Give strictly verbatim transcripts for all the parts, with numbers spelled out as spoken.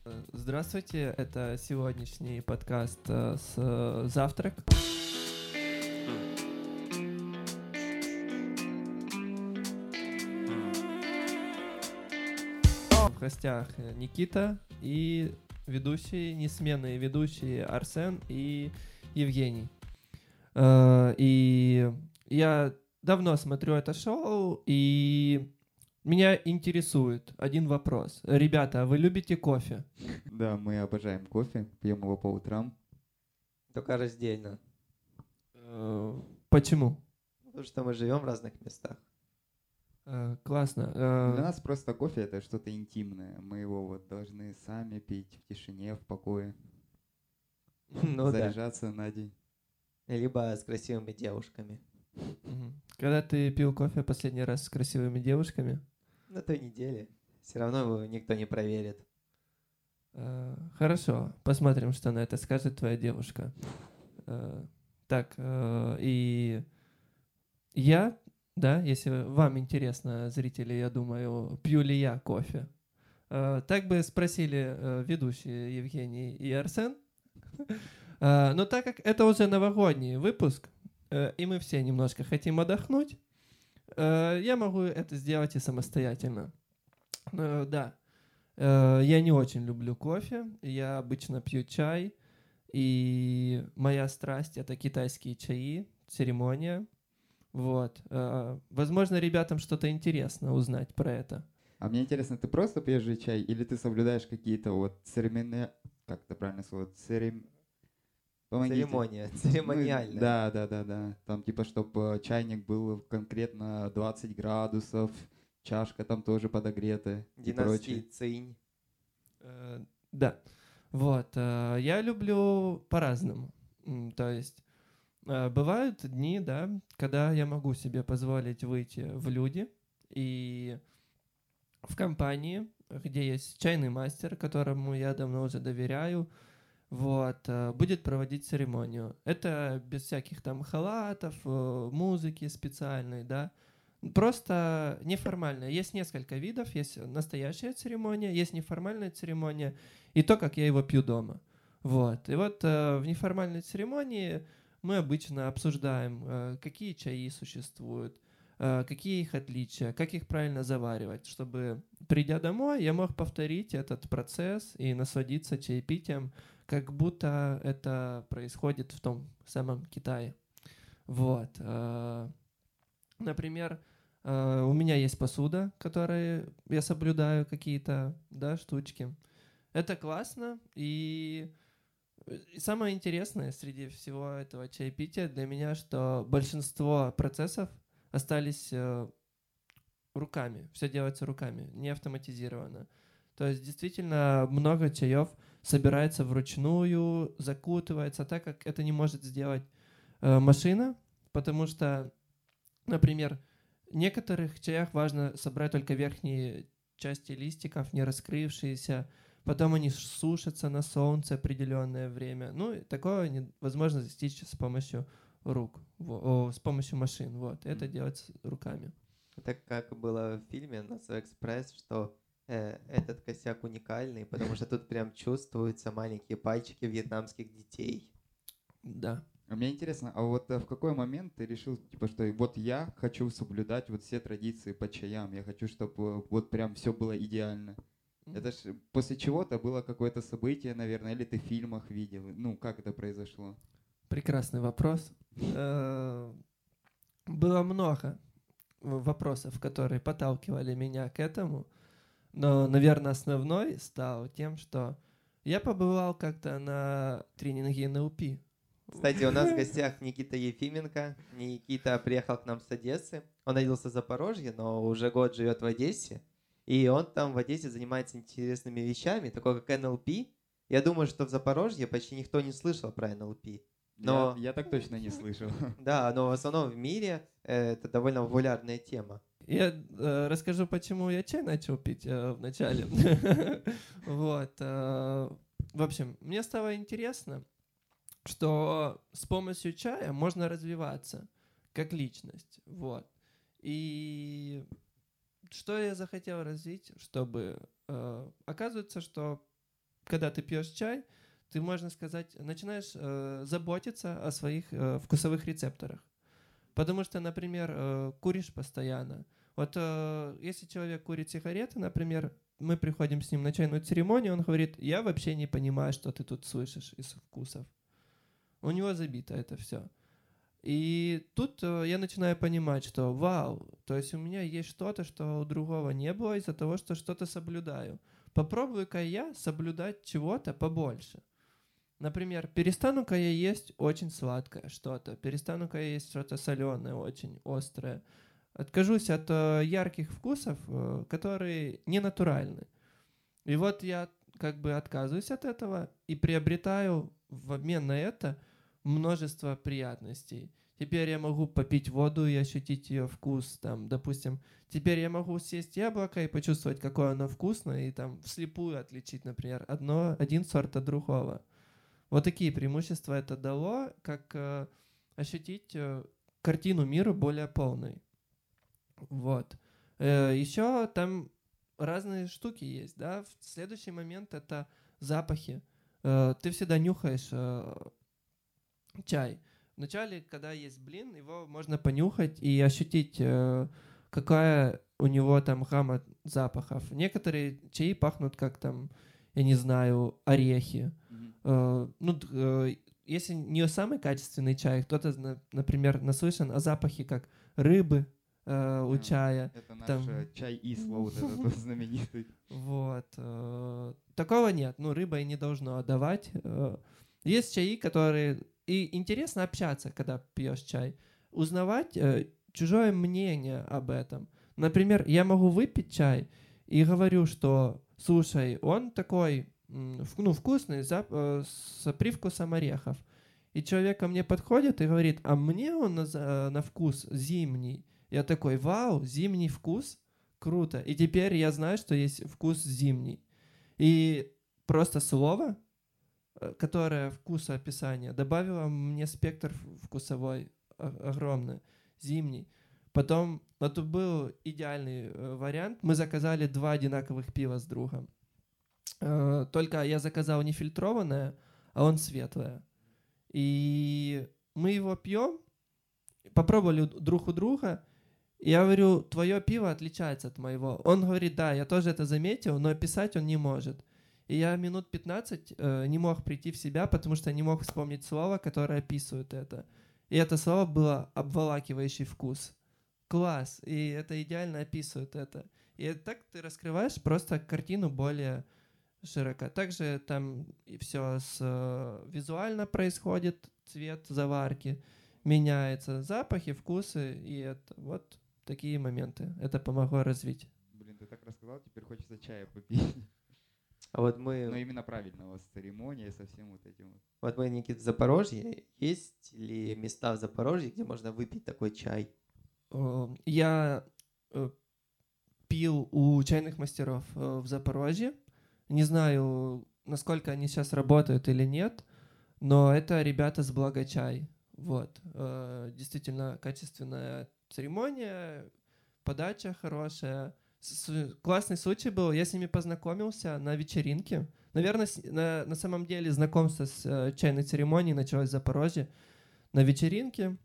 Здравствуйте, это сегодняшний подкаст э, с э, «Завтрак». В гостях Никита и ведущие, несменные ведущие Арсен и Евгений. Э, И я давно смотрю это шоу, и меня интересует один вопрос. Ребята, а вы любите кофе? Да, мы обожаем кофе, пьем его по утрам. Только раздельно. Э, Почему? Потому что мы живем в разных местах. Э, Классно. Для Э, нас просто кофе это что-то интимное. Мы его вот должны сами пить в тишине, в покое, Ну да. заряжаться на день. Либо с красивыми девушками. Мгм. Когда ты пил кофе последний раз с красивыми девушками? На той неделе. Все равно его никто не проверит. Э, Хорошо, посмотрим, что на это скажет твоя девушка. Э, Так, э, и я, да, если вам интересно, зрители, я думаю, пью ли я кофе. Э, Так бы спросили э, ведущие Евгений и Арсен. Э, Но так как это уже новогодний выпуск, э, и мы все немножко хотим отдохнуть, э, я могу это сделать и самостоятельно. Э, Да, Э, я не очень люблю кофе, я обычно пью чай, и моя страсть — это китайские чаи, церемония. Вот. Э, Возможно, ребятам что-то интересно узнать про это. А мне интересно, ты просто пьешь же чай или ты соблюдаешь какие-то вот церемонные, как это правильно слово, церем... Помогите. Церемония. Ну, Церемониальная. да, да, да, да. Там типа, чтобы чайник был конкретно двадцать градусов, чашка там тоже подогретая и Династии прочее. Цинь. Э, Да. Вот. э, Я люблю по-разному. М, То есть э, бывают дни, да, когда я могу себе позволить выйти в люди и в компании, где есть чайный мастер, которому я давно уже доверяю, вот, э, будет проводить церемонию. Это без всяких там халатов, э, музыки специальной, да, просто неформально. Есть несколько видов, есть настоящая церемония, есть неформальная церемония, и то, как я его пью дома. Вот, и вот э, в неформальной церемонии мы обычно обсуждаем, э, какие чаи существуют, э, какие их отличия, как их правильно заваривать, чтобы, придя домой, я мог повторить этот процесс и насладиться чаепитием, как будто это происходит в том самом Китае. Вот. э, Например, э, у меня есть посуда, которой я соблюдаю какие-то, да, штучки. Это классно, и и самое интересное среди всего этого чаепития для меня, что большинство процессов остались э, руками. Все делается руками, не автоматизировано. То есть действительно много чаев собирается вручную, закутывается так, как это не может сделать э, машина, потому что, например, в некоторых чаях важно собрать только верхние части листиков, не раскрывшиеся, потом они сушатся на солнце определенное время. Ну, и такое невозможно достичь с помощью рук, во- о, с помощью машин. Вот, это Мгм. делается руками. Это как было в фильме «Носо Экспресс», что э, этот косяк уникальный, потому что тут прям чувствуются маленькие пальчики вьетнамских детей. Да. А мне интересно, а вот э, в какой момент ты решил, типа, что вот я хочу соблюдать вот все традиции по чаям, я хочу, чтобы вот прям все было идеально. Это ж после чего-то было какое-то событие, наверное, или ты в фильмах видел, ну, как это произошло? Прекрасный вопрос. Э, Было много вопросов, которые подталкивали меня к этому, но, наверное, основной стал тем, что я побывал как-то на тренинге эн эл пи. Кстати, у нас в гостях Никита Ефименко. Никита приехал к нам с Одессы. Он родился в Запорожье, но уже год живет в Одессе. И он там в Одессе занимается интересными вещами, такое как эн эл пи. Я думаю, что в Запорожье почти никто не слышал про эн эл пи. Но Я, я так точно не слышал. да, но в основном в мире э, это довольно популярная тема. Я э, расскажу, почему я чай начал пить э, в начале. Вот. э, В общем, мне стало интересно, что с помощью чая можно развиваться как личность. Вот. И что я захотел развить, чтобы... э, оказывается, что когда ты пьешь чай, ты, можно сказать, начинаешь э, заботиться о своих э, вкусовых рецепторах. Потому что, например, э, куришь постоянно. Вот э, если человек курит сигареты, например, мы приходим с ним на чайную церемонию, он говорит, я вообще не понимаю, что ты тут слышишь из вкусов. У него забито это все. И тут э, я начинаю понимать, что вау, то есть у меня есть что-то, что у другого не было из-за того, что что-то соблюдаю. Попробую-ка я соблюдать чего-то побольше. Например, перестану-ка я есть очень сладкое что-то, перестану-ка я есть что-то соленое, очень острое. Откажусь от э, ярких вкусов, э, которые не натуральны. И вот я как бы отказываюсь от этого и приобретаю в обмен на это множество приятностей. Теперь я могу попить воду и ощутить ее вкус, там, допустим. Теперь я могу съесть яблоко и почувствовать, какое оно вкусное, и там вслепую отличить, например, одно, один сорт от другого. Вот такие преимущества это дало, как э, ощутить э, картину мира более полной. Вот. Э, еще там разные штуки есть, да. В следующий момент это запахи. Э, ты всегда нюхаешь э, чай. Вначале, когда есть блин, его можно понюхать и ощутить, э, какая у него там гамма запахов. Некоторые чаи пахнут как там, я не знаю, орехи. Мгм. Э, ну, д- э, если не самый качественный чай, кто-то, на- например, наслышан о запахе как рыбы э, у А, чая. Это наш Там- э, чай Исла, вот этот вот знаменитый. Вот. э, Такого нет. Ну, рыба и не должно отдавать. Э, Есть чаи, которые... И интересно общаться, когда пьешь чай. Узнавать э, чужое мнение об этом. Например, я могу выпить чай и говорю, что, слушай, он такой, м, вк- ну, вкусный, зап- э, с привкусом орехов. И человек ко мне подходит и говорит, а мне он на, за- на вкус зимний. Я такой, вау, зимний вкус? Круто. И теперь я знаю, что есть вкус зимний. И просто слово, э, которое вкусоописание, добавило мне спектр в- вкусовой о- огромный, зимний. Потом, вот тут был идеальный э, вариант. Мы заказали два одинаковых пива с другом. Э, Только я заказал не фильтрованное, а он светлое. И мы его пьем, попробовали у- друг у друга. И я говорю, твое пиво отличается от моего. Он говорит, да, я тоже это заметил, но описать он не может. И я минут пятнадцать э, не мог прийти в себя, потому что не мог вспомнить слово, которое описывает это. И это слово было обволакивающий вкус. Класс. И это идеально описывает это. И так ты раскрываешь просто картину более широко. Также там и все с, э, визуально происходит, цвет заварки меняется, запахи, вкусы, и это вот такие моменты. Это помогло развить. Блин, ты так рассказал, теперь хочется чая попить. А вот Но мы, именно правильного, с церемонией, со всем вот этим вот. вот мы, Никит, в Запорожье. Есть ли места в Запорожье, где можно выпить такой чай? Э, Я э, пил у чайных мастеров э, в Запорожье. Не знаю, насколько они сейчас работают или нет, но это ребята с Благочай. Вот. Э, Действительно качественная церемония, подача хорошая. С- с- Классный случай был. Я с ними познакомился на вечеринке. Наверное, с- на, на самом деле знакомство с э, чайной церемонией началось в Запорожье на вечеринке.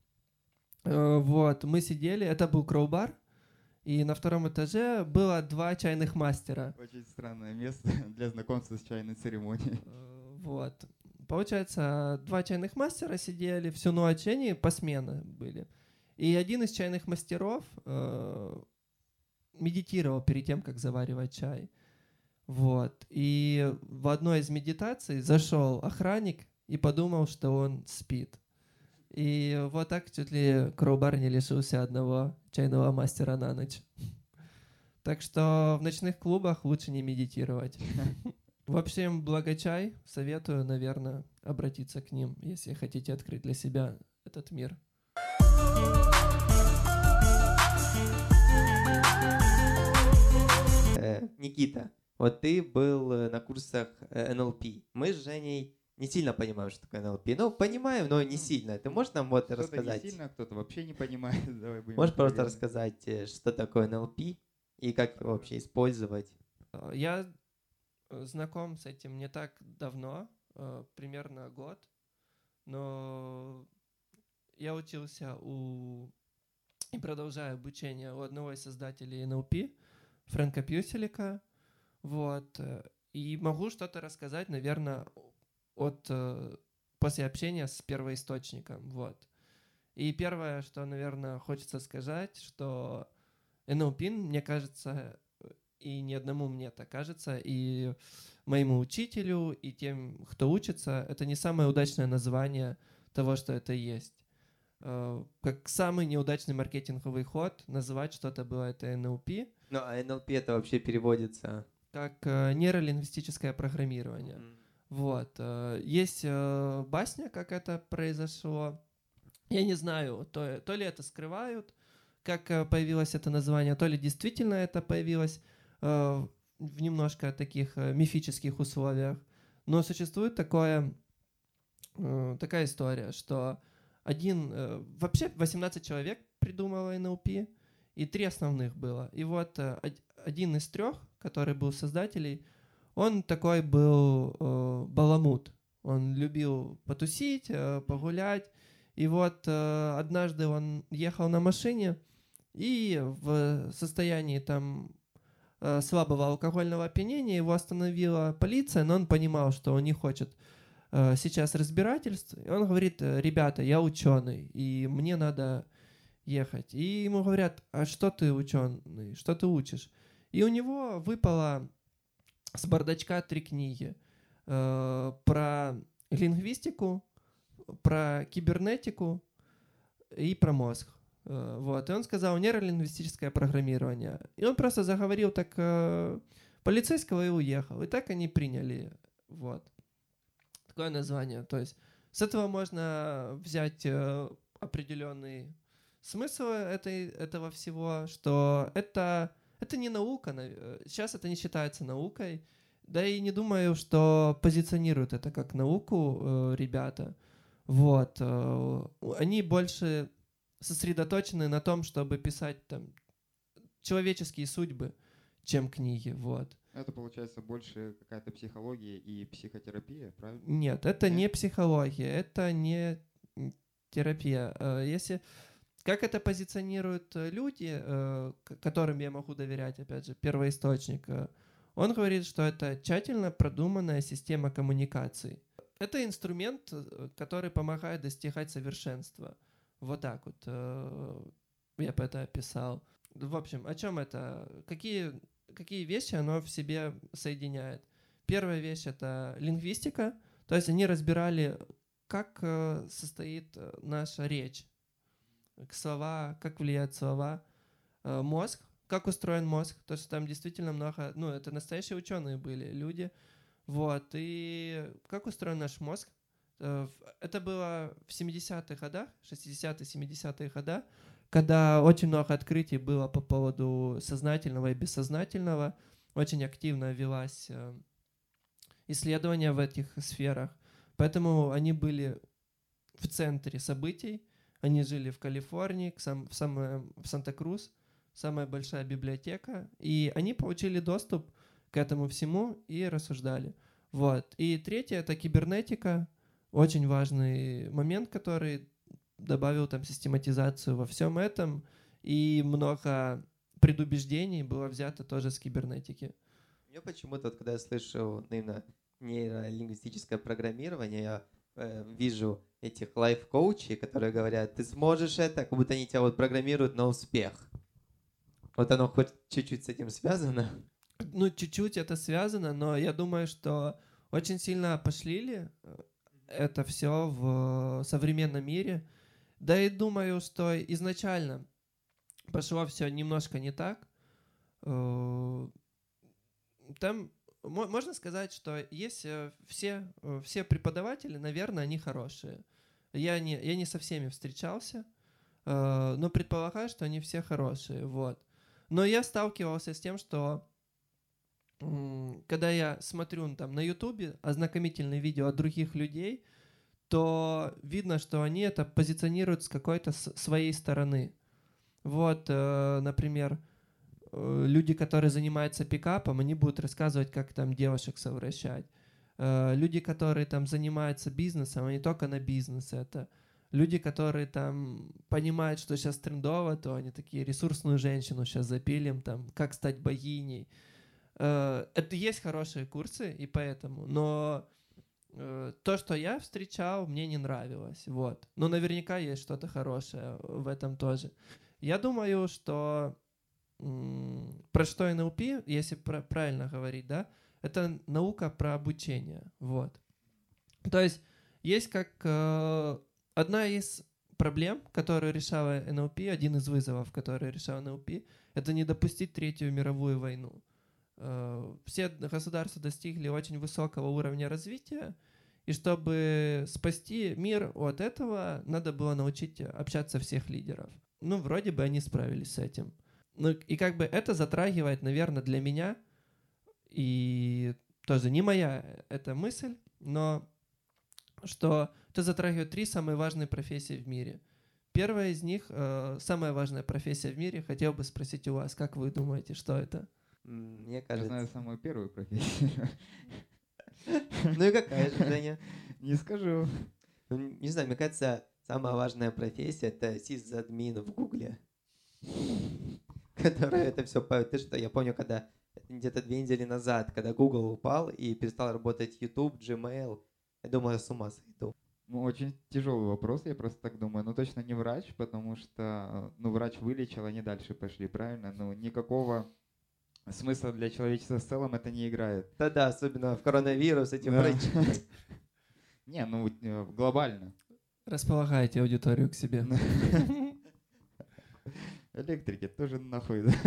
Э, Вот, мы сидели, это был кроу-бар, и на втором этаже было два чайных мастера. Очень странное место для знакомства с чайной церемонией. Э, Вот. Получается, два чайных мастера сидели всю ночь, и они посменно были. И один из чайных мастеров э, медитировал перед тем, как заваривать чай. Вот. И в одной из медитаций зашел охранник и подумал, что он спит. И вот так чуть ли кроу-бар не лишился одного чайного мастера на ночь. Так что в ночных клубах лучше не медитировать. В общем, Благочай, советую, наверное, обратиться к ним, если хотите открыть для себя этот мир. Э, Никита, вот ты был э, на курсах э, эн эл пи. Мы с Женей не сильно понимаем, что такое эн эл пи. Ну, понимаем, но не Ну, сильно. Ты можешь нам вот Кто-то рассказать? не сильно, кто-то вообще не понимает. Давай будем Можешь просто откровенны. рассказать, э, что такое эн эл пи и как его вообще использовать? Э, Я знаком с этим не так давно, примерно год, но я учился у и продолжаю обучение у одного из создателей эн эл пи, Фрэнка Пьюселика, вот, и могу что-то рассказать, наверное, от, после общения с первоисточником, вот. И первое, что, наверное, хочется сказать, что эн эл пи, мне кажется, и ни одному мне так кажется, и моему учителю, и тем, кто учится, это не самое удачное название того, что это есть. Как самый неудачный маркетинговый ход называть что-то было это эн эл пи. Ну, а эн эл пи это вообще переводится? Как нейролингвистическое программирование. Mm-hmm. Вот. Есть басня, как это произошло. Я не знаю, то, то ли это скрывают, как появилось это название, то ли действительно это появилось в немножко таких мифических условиях. Но существует такое, такая история, что один, вообще восемнадцать человек придумало эн эл пи, и три основных было. И вот один из трех, который был создателей, он такой был э, баламут. Он любил потусить, э, погулять. И вот э, однажды он ехал на машине, и в состоянии там э, слабого алкогольного опьянения его остановила полиция, но он понимал, что он не хочет э, сейчас разбирательств. И он говорит: ребята, я ученый, и мне надо ехать. И ему говорят: а что ты ученый, что ты учишь? И у него выпало с бардачка три книги э, про лингвистику, про кибернетику и про мозг. Э, вот. И он сказал: нейролингвистическое программирование. И он просто заговорил так э, полицейского и уехал. И так они приняли. Вот. Такое название. То есть с этого можно взять э, определенный смысл этой, этого всего, что это... Это не наука, сейчас это не считается наукой, да и не думаю, что позиционируют это как науку э, ребята. Вот. Э, они больше сосредоточены на том, чтобы писать там человеческие судьбы, чем книги. Вот. Это получается больше какая-то психология и психотерапия, правильно? Нет, это Нет? не психология, это не терапия. Э, если... Как это позиционируют люди, которым я могу доверять, опять же, первоисточник? Он говорит, что это тщательно продуманная система коммуникаций. Это инструмент, который помогает достигать совершенства. Вот так вот я бы это описал. В общем, о чем это? Какие, какие вещи оно в себе соединяет? Первая вещь — это лингвистика. То есть они разбирали, как состоит наша речь. Слова, как влияют слова, э, мозг, как устроен мозг, то есть там действительно много, ну, это настоящие ученые были, люди, вот, и как устроен наш мозг, э, это было в семидесятых годах, шестидесятые, семидесятые года, когда очень много открытий было по поводу сознательного и бессознательного, очень активно велась э, исследования в этих сферах, поэтому они были в центре событий. Они жили в Калифорнии, в, сам, в, самое, в Санта-Крус, самая большая библиотека, и они получили доступ к этому всему и рассуждали. Вот. И третье — это кибернетика, очень важный момент, который добавил там систематизацию во всем этом, и много предубеждений было взято тоже с кибернетики. Мне почему-то, когда я слышу именно нейролингвистическое программирование, я э, вижу этих лайф-коучей, которые говорят: ты сможешь это, как будто они тебя вот программируют на успех. Вот оно хоть чуть-чуть с этим связано? Ну, чуть-чуть это связано, но я думаю, что очень сильно пошлили это все в современном мире. Да и думаю, что изначально пошло все немножко не так. Там можно сказать, что есть все, все преподаватели, наверное, они хорошие. Я не, я не со всеми встречался, но предполагаю, что они все хорошие. Вот. Но я сталкивался с тем, что когда я смотрю там, на Ютубе ознакомительные видео от других людей, то видно, что они это позиционируют с какой-то своей стороны. Вот, например, э, люди, которые занимаются пикапом, они будут рассказывать, как там девушек совращать. Э, люди, которые там занимаются бизнесом, они только на бизнес это. Люди, которые там понимают, что сейчас трендово, то они такие, ресурсную женщину сейчас запилим, там, как стать богиней. Э, это есть хорошие курсы, и поэтому, но э, то, что я встречал, мне не нравилось, вот. Но наверняка есть что-то хорошее в этом тоже. Я думаю, что м, про что эн эл пи, если про- правильно говорить, да, это наука про обучение, вот. То есть есть как э, одна из проблем, которую решала эн эл пи, один из вызовов, который решал эн эл пи, это не допустить Третью мировую войну. Э, все государства достигли очень высокого уровня развития, и чтобы спасти мир от этого, надо было научить общаться всех лидеров. Ну, вроде бы они справились с этим. Ну, и как бы это затрагивает, наверное, для меня, и тоже не моя эта мысль, но что это затрагивает три самые важные профессии в мире. Первая из них, э, самая важная профессия в мире, хотел бы спросить у вас, как вы думаете, что это? М, Мне Я кажется... знаю самую первую профессию. Ну и какая же, Женя? Не скажу. Ну, не знаю, мне кажется, самая важная профессия — это сисадмин в Гугле, который это все... Ты что, я помню, когда где-то две недели назад, когда Google упал и перестал работать YouTube, Gmail, я думал, я с ума сойду. Ну, очень тяжелый вопрос, я просто так думаю. Ну, точно не врач, потому что, ну, врач вылечил, они дальше пошли, правильно? Ну, никакого смысла для человечества в целом это не играет. Да-да, особенно в коронавирус эти Да. врачи. Не, ну, э, глобально. Располагайте аудиторию к себе. Электрики тоже нахуй, да?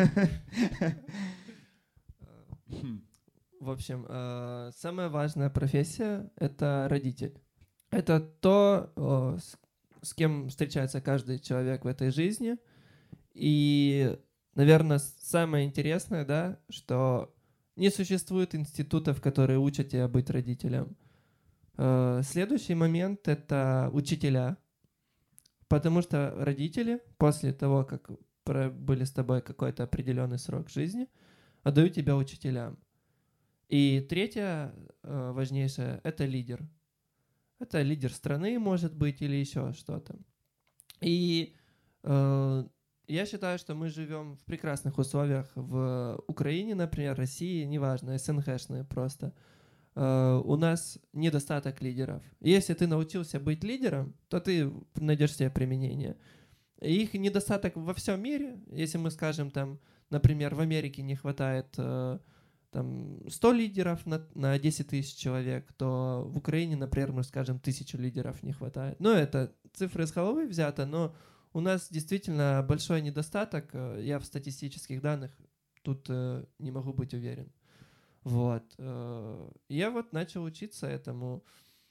В общем, э, самая важная профессия — это родитель. Это то, э, с, с кем встречается каждый человек в этой жизни. И, наверное, самое интересное, да, что не существует институтов, которые учат тебя быть родителем. Э, следующий момент — это учителя. Потому что родители после того, как были с тобой какой-то определенный срок жизни, отдают тебя учителям. И третье, э, важнейшее, это лидер. Это лидер страны, может быть, или еще что-то. И э, я считаю, что мы живем в прекрасных условиях в Украине, например, России, неважно, эс эн гэшные просто. Э, у нас недостаток лидеров. Если ты научился быть лидером, то ты найдешь себе применение. Их недостаток во всем мире. Если мы скажем, там, например, в Америке не хватает... Э, там сто лидеров на, на десять тысяч человек, то в Украине, например, мы скажем, тысячу лидеров не хватает. Ну, это цифры с головы взято, но у нас действительно большой недостаток. Я в статистических данных тут э, не могу быть уверен. Вот. Э, я вот начал учиться этому.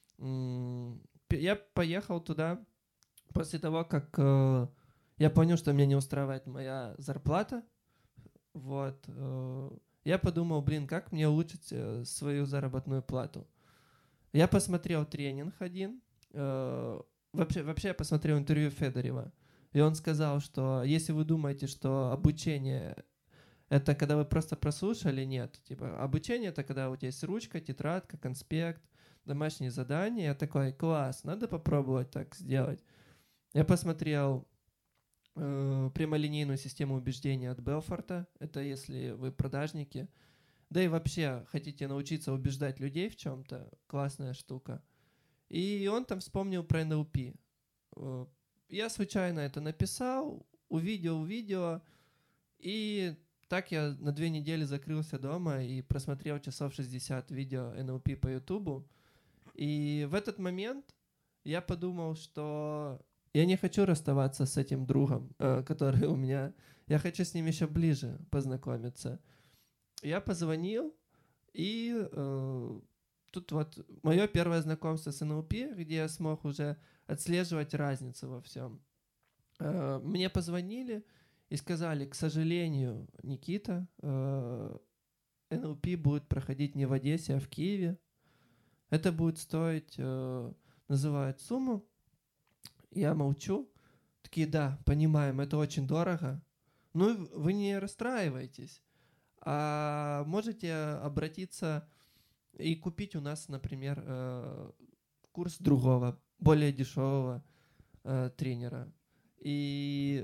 Я поехал туда после того, как э, я понял, что меня не устраивает моя зарплата. Вот. Э, Я подумал, блин, как мне улучшить э, свою заработную плату. Я посмотрел тренинг один. Э, вообще, вообще я посмотрел интервью Федорева. И он сказал, что если вы думаете, что обучение — это когда вы просто прослушали, нет. Типа обучение — это когда у тебя есть ручка, тетрадка, конспект, домашние задания. Я такой, класс, надо попробовать так сделать. Я посмотрел прямолинейную систему убеждения от Белфорта. Это если вы продажники. Да и вообще хотите научиться убеждать людей в чем-то. Классная штука. И он там вспомнил про эн эл пи. Я случайно это написал, увидел видео. И так я на две недели закрылся дома и просмотрел часов шестьдесят видео эн эл пи по Ютубу. И в этот момент я подумал, что... Я не хочу расставаться с этим другом, э, который у меня... Я хочу с ним еще ближе познакомиться. Я позвонил, и э, тут вот мое первое знакомство с эн эл пи, где я смог уже отслеживать разницу во всем. Э, мне позвонили и сказали, к сожалению, Никита, э, эн эл пи будет проходить не в Одессе, а в Киеве. Это будет стоить, э, называют сумму. Я молчу. Такие, да, понимаем, это очень дорого, ну, вы не расстраивайтесь, а можете обратиться и купить у нас, например, э, курс другого, более дешевого э, тренера. И,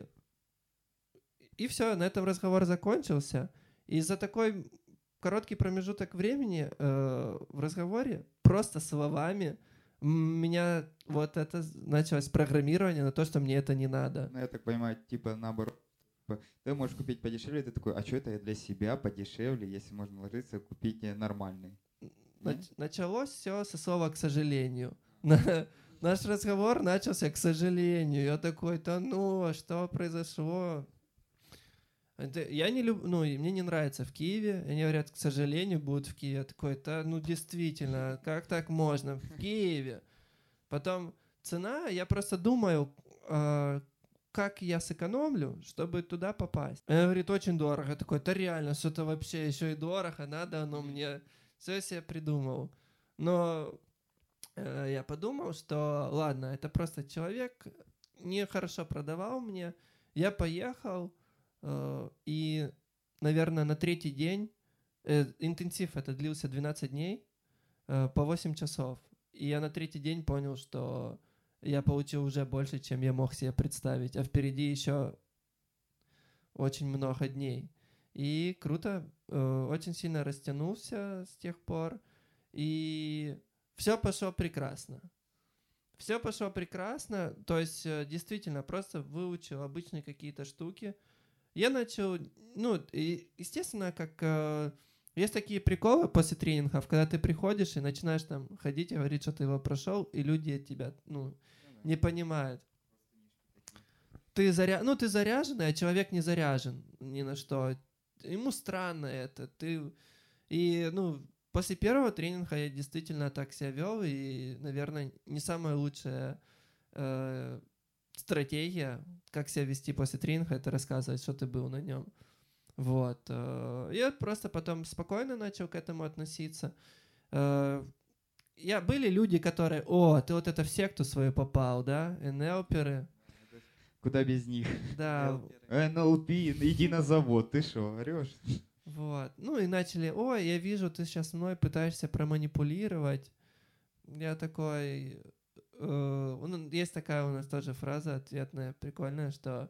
и все, на этом разговор закончился. И за такой короткий промежуток времени э, в разговоре просто словами м, меня вот это началось программирование на то, что мне это не надо. Ну, я так понимаю, типа наоборот. Типа, ты можешь купить подешевле, ты такой, а что это я для себя подешевле, если можно ложиться, купить э, нормальный? Нач- началось все со слова «к сожалению». На- Наш разговор начался «к сожалению». Я такой, да ну, а что произошло? Это- Я не люблю, ну, и мне не нравится в Киеве. Они говорят, к сожалению, будут в Киеве. Я такой, да, ну, действительно, как так можно? В Киеве. Потом цена, я просто думаю, а, как я сэкономлю, чтобы туда попасть. Она говорит, очень дорого. Я такой, да реально, что-то вообще еще и дорого, надо оно мне. Все я себе придумал. Но э, я подумал, что ладно, это просто человек нехорошо продавал мне. Я поехал, э, и, наверное, на третий день, э, интенсив это длился двенадцать дней, э, по восемь часов. И я на третий день понял, что я получил уже больше, чем я мог себе представить. А впереди еще очень много дней. И круто, э, очень сильно растянулся с тех пор. И все пошло прекрасно. Все пошло прекрасно. То есть, э, действительно, просто выучил обычные какие-то штуки. Я начал, ну, и, естественно, как э, есть такие приколы после тренингов, когда ты приходишь и начинаешь там ходить и говорить, что ты его прошел, и люди тебя, ну, не понимают. Ты заря... ну, ты заряженный, а человек не заряжен ни на что. Ему странно это. Ты... И, ну, после первого тренинга я действительно так себя вел, и, наверное, не самая лучшая э, стратегия, как себя вести после тренинга, это рассказывать, что ты был на нем. Вот. э, Я просто потом спокойно начал к этому относиться. Э, Я, были люди, которые, о, ты вот это в секту свою попал, да, эн эл-перы. Куда без них? Да, эн эл пи, иди на завод, ты что, орешь? вот. Ну и начали, ой, я вижу, ты сейчас мной пытаешься проманипулировать. Я такой... э, ну, есть такая у нас тоже фраза ответная, прикольная, что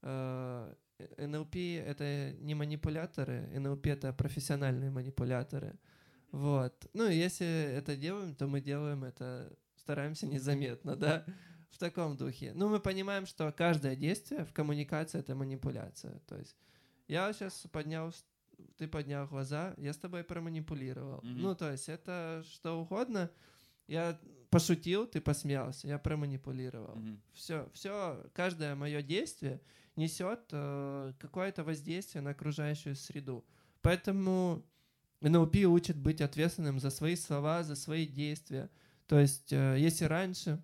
э, эн эл пи — это не манипуляторы, эн эл пи — это профессиональные манипуляторы. Вот. Ну и если это делаем, то мы делаем это, стараемся незаметно, да, в таком духе. Ну мы понимаем, что каждое действие в коммуникации — это манипуляция. То есть я сейчас поднял, с- ты поднял глаза, я с тобой проманипулировал. Мгм. Ну то есть это что угодно. Я пошутил, ты посмеялся, я проманипулировал. Мгм. Все, все, каждое мое действие несет э, какое-то воздействие на окружающую среду. Поэтому эн эл пи учит быть ответственным за свои слова, за свои действия. То есть, э, если раньше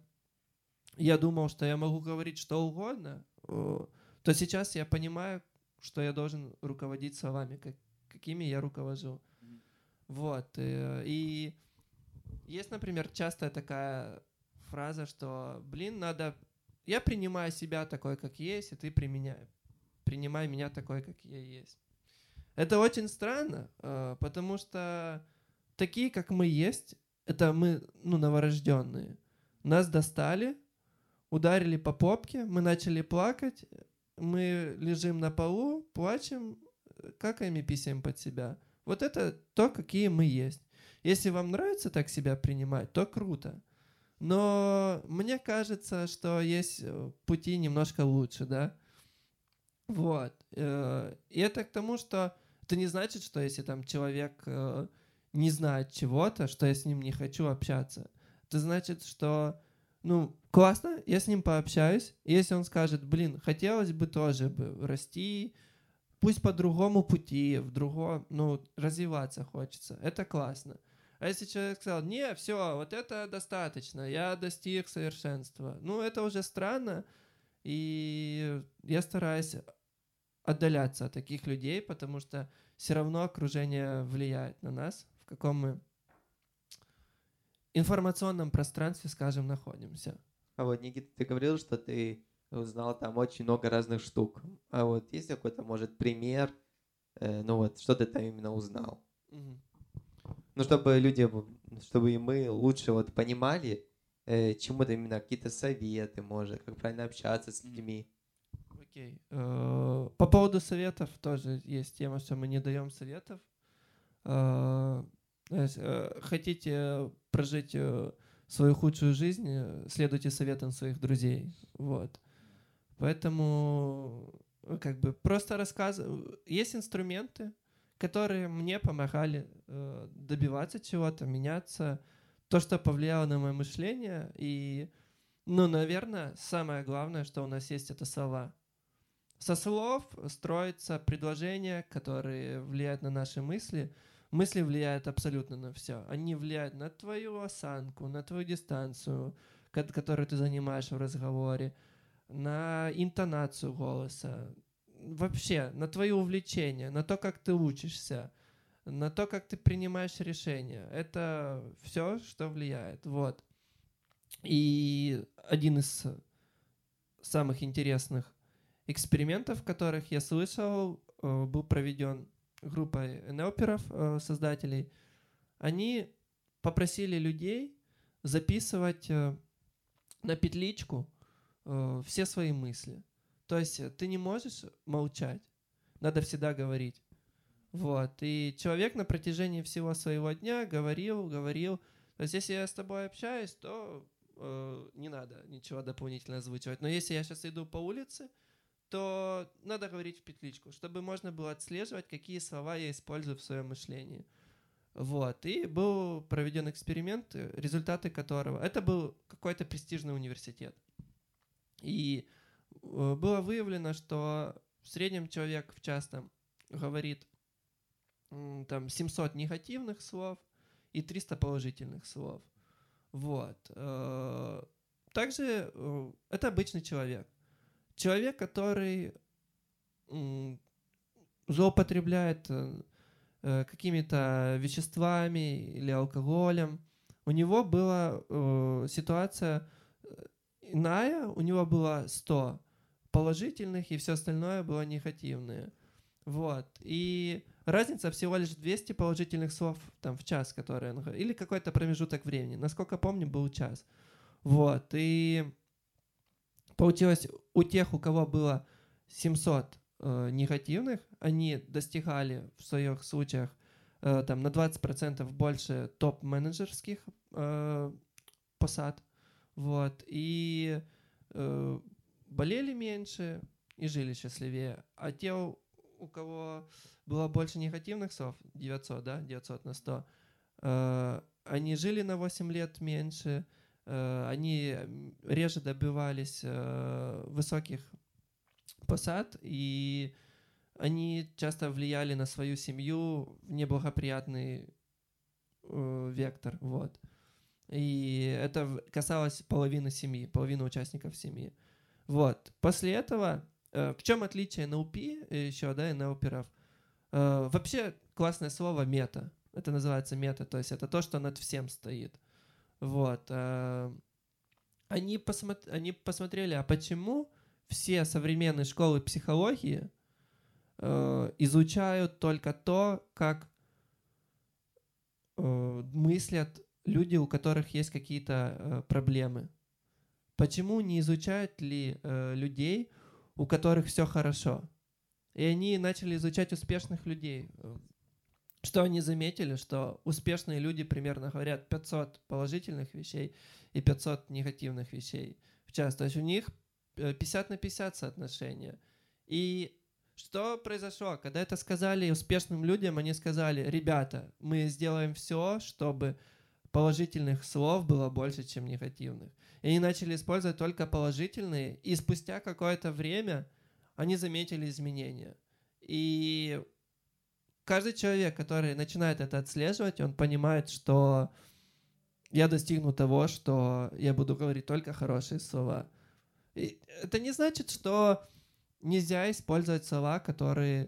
я думал, что я могу говорить что угодно, э, то сейчас я понимаю, что я должен руководить словами, как, какими я руковожу. Мгм. Вот. э, И есть, например, частая такая фраза, что, блин, надо... Я принимаю себя такой, как есть, и ты применяй, принимай меня такой, как я есть. Это очень странно, э, потому что такие, как мы есть, это мы, ну, новорожденные. Нас достали, ударили по попке, мы начали плакать, мы лежим на полу, плачем, э, какаем и писаем под себя. Вот это то, какие мы есть. Если вам нравится так себя принимать, то круто. Но мне кажется, что есть э, пути немножко лучше, да? Вот. э, И это к тому, что это не значит, что если там человек э, не знает чего-то, что я с ним не хочу общаться. Это значит, что, ну, классно, я с ним пообщаюсь. И если он скажет, блин, хотелось бы тоже бы расти, пусть по другому пути, в другом, ну, развиваться хочется. Это классно. А если человек сказал, не, все, вот это достаточно, я достиг совершенства, ну, это уже странно, и я стараюсь отдаляться от таких людей, потому что все равно окружение влияет на нас, в каком мы информационном пространстве, скажем, находимся. А вот, Никита, ты говорил, что ты узнал там очень много разных штук. А вот есть какой-то, может, пример, э, ну вот, что ты там именно узнал? Мгм. Ну, чтобы люди, чтобы и мы лучше вот понимали, э, чему-то именно какие-то советы, может, как правильно общаться с людьми. Окей. Э, По поводу советов тоже есть тема, что мы не даем советов. Э, знаешь, э, Хотите прожить э, свою худшую жизнь, э, следуйте советам своих друзей. Вот. Поэтому э, как бы просто рассказываю. Есть инструменты, которые мне помогали э, добиваться чего-то, меняться. То, что повлияло на мое мышление. И, ну, наверное, самое главное, что у нас есть, это слова. Со слов строятся предложения, которые влияют на наши мысли. Мысли влияют абсолютно на все. Они влияют на твою осанку, на твою дистанцию, ко- которую ты занимаешь в разговоре, на интонацию голоса, вообще на твои увлечения, на то, как ты учишься, на то, как ты принимаешь решения. Это все, что влияет. Вот. И один из самых интересных экспериментов, которых я слышал, э, был проведен группой эн эл перов, э, создателей. Они попросили людей записывать э, на петличку э, все свои мысли. То есть э, ты не можешь молчать, надо всегда говорить. Вот. И человек на протяжении всего своего дня говорил, говорил. То есть если я с тобой общаюсь, то э, не надо ничего дополнительно озвучивать. Но если я сейчас иду по улице, то надо говорить в петличку, чтобы можно было отслеживать, какие слова я использую в своем мышлении. Вот. И был проведен эксперимент, э, результаты которого... Это был какой-то престижный университет. И э, было выявлено, что в среднем человек в час там говорит м, там семьсот негативных слов и триста положительных слов. Вот. Э, Также э, это обычный человек. Человек, который м, злоупотребляет э, э, какими-то веществами или алкоголем. У него была э, ситуация э, иная, у него было сто положительных, и все остальное было негативное. Вот. И разница всего лишь двести положительных слов там, в час, которые он говорил, или какой-то промежуток времени. Насколько помню, был час. Вот. И получилось, у тех, у кого было семьсот э, негативных, они достигали в своих случаях э, там, на двадцать процентов больше топ-менеджерских э, посад. Вот. И э, болели меньше и жили счастливее. А те, у, у кого было больше негативных слов, девятьсот, да, девятьсот на сто, э, они жили на восемь лет меньше, э, они реже добивались э, высоких посад, и они часто влияли на свою семью в неблагоприятный э, вектор, вот. И это в- касалось половины семьи, половины участников семьи. Вот. После этого, э, в чем отличие эн эл пи еще, да, эн эл перов? Э, вообще классное слово мета. Это называется мета, то есть это то, что над всем стоит. Вот. э, Они, посмотр- они посмотрели, а почему все современные школы психологии э, изучают только то, как э, мыслят люди, у которых есть какие-то э, проблемы. Почему не изучают ли э, людей, у которых все хорошо? И они начали изучать успешных людей. Э, Что они заметили, что успешные люди примерно говорят пятьсот положительных вещей и пятьсот негативных вещей в час. То есть у них э, пятьдесят на пятьдесят соотношение. И что произошло? Когда это сказали успешным людям, они сказали: ребята, мы сделаем все, чтобы положительных слов было больше, чем негативных. И они начали использовать только положительные, и спустя какое-то время они заметили изменения. И каждый человек, который начинает это отслеживать, он понимает, что я достигну того, что я буду говорить только хорошие слова. И это не значит, что нельзя использовать слова, которые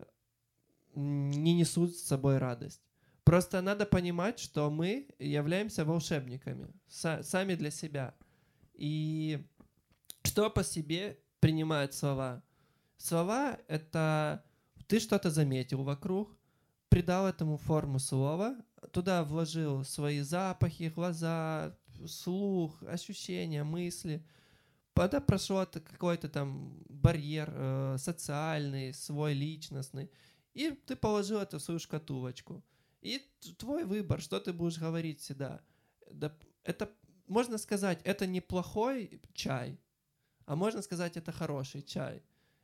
не несут с собой радость. Просто надо понимать, что мы являемся волшебниками, са- сами для себя. И Что по себе принимают слова? Слова — это ты что-то заметил вокруг, придал этому форму слова, туда вложил свои запахи, глаза, слух, ощущения, мысли. Когда прошел какой-то там барьер э, социальный, свой личностный, и ты положил это в свою шкатулочку. И твой выбор, что ты будешь говорить всегда. Это, можно сказать, это не плохой чай, а можно сказать, это хороший чай.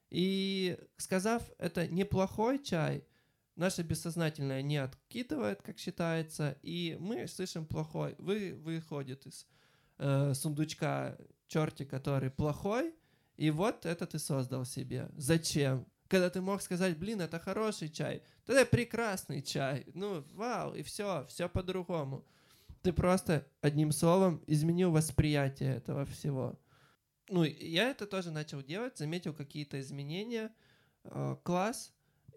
И сказав, это неплохой чай, наше бессознательное не откидывает, как считается, и мы слышим плохой. Вы выходит из э, сундучка чертик, который плохой, и вот это ты создал себе. Зачем? Когда ты мог сказать, блин, это хороший чай, тогда прекрасный чай, ну, вау, и все, все по-другому. Ты просто одним словом изменил восприятие этого всего. Ну, я это тоже начал делать, заметил какие-то изменения, э, класс,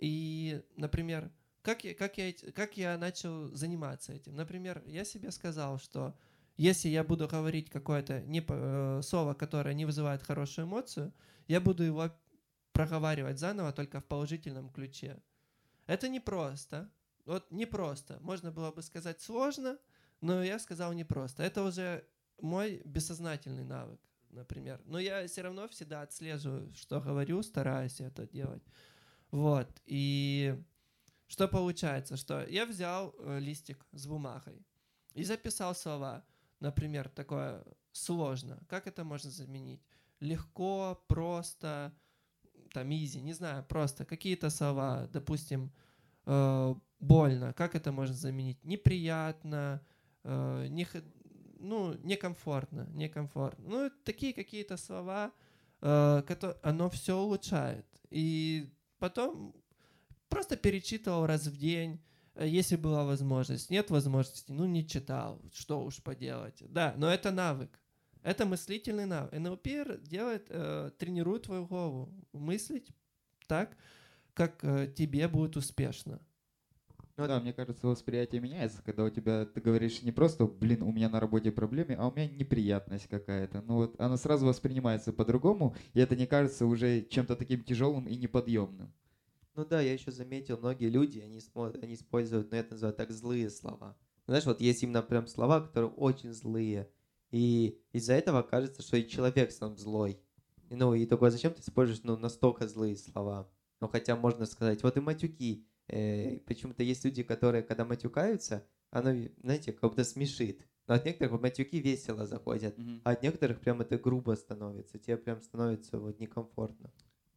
и, например, как я, как, я, как я начал заниматься этим. Например, я себе сказал, что если я буду говорить какое-то не, э, слово, которое не вызывает хорошую эмоцию, я буду его проговаривать заново только в положительном ключе. Это непросто. Вот непросто. Можно было бы сказать сложно, но я сказал непросто. Это уже мой бессознательный навык, например. Но я все равно всегда отслеживаю, что говорю, стараюсь это делать. Вот. И что получается? Что я взял э, листик с бумагой и записал слова. Например, такое сложно. Как это можно заменить? Легко, просто, там, easy, не знаю, просто какие-то слова, допустим, э, больно. Как это можно заменить? Неприятно, э, не, ну, некомфортно, некомфортно. Ну, такие какие-то слова, э, которые, оно все улучшает. И потом просто перечитывал раз в день, если была возможность. Нет возможности, ну не читал, что уж поделать. Да, но это навык. Это мыслительный навык. эн эл пи делает, э, тренирует твою голову мыслить так, как э, тебе будет успешно. Ну да, мне кажется, восприятие меняется, когда у тебя, ты говоришь не просто, блин, у меня на работе проблемы, а у меня неприятность какая-то. Ну вот она сразу воспринимается по-другому, и это не кажется уже чем-то таким тяжелым и неподъемным. Ну да, я еще заметил, многие люди, они, смотрят, они используют, ну это называют так, злые слова. Знаешь, вот есть именно прям слова, которые очень злые. И из-за этого кажется, что и человек сам злой. И, ну и такое, зачем ты используешь ну, настолько злые слова? Ну хотя можно сказать, вот и матюки. Э, почему-то есть люди, которые, когда матюкаются, оно, знаете, как будто смешит. Но от некоторых матюки весело заходят, mm-hmm. а от некоторых прям это грубо становится. Тебе прям становится вот некомфортно.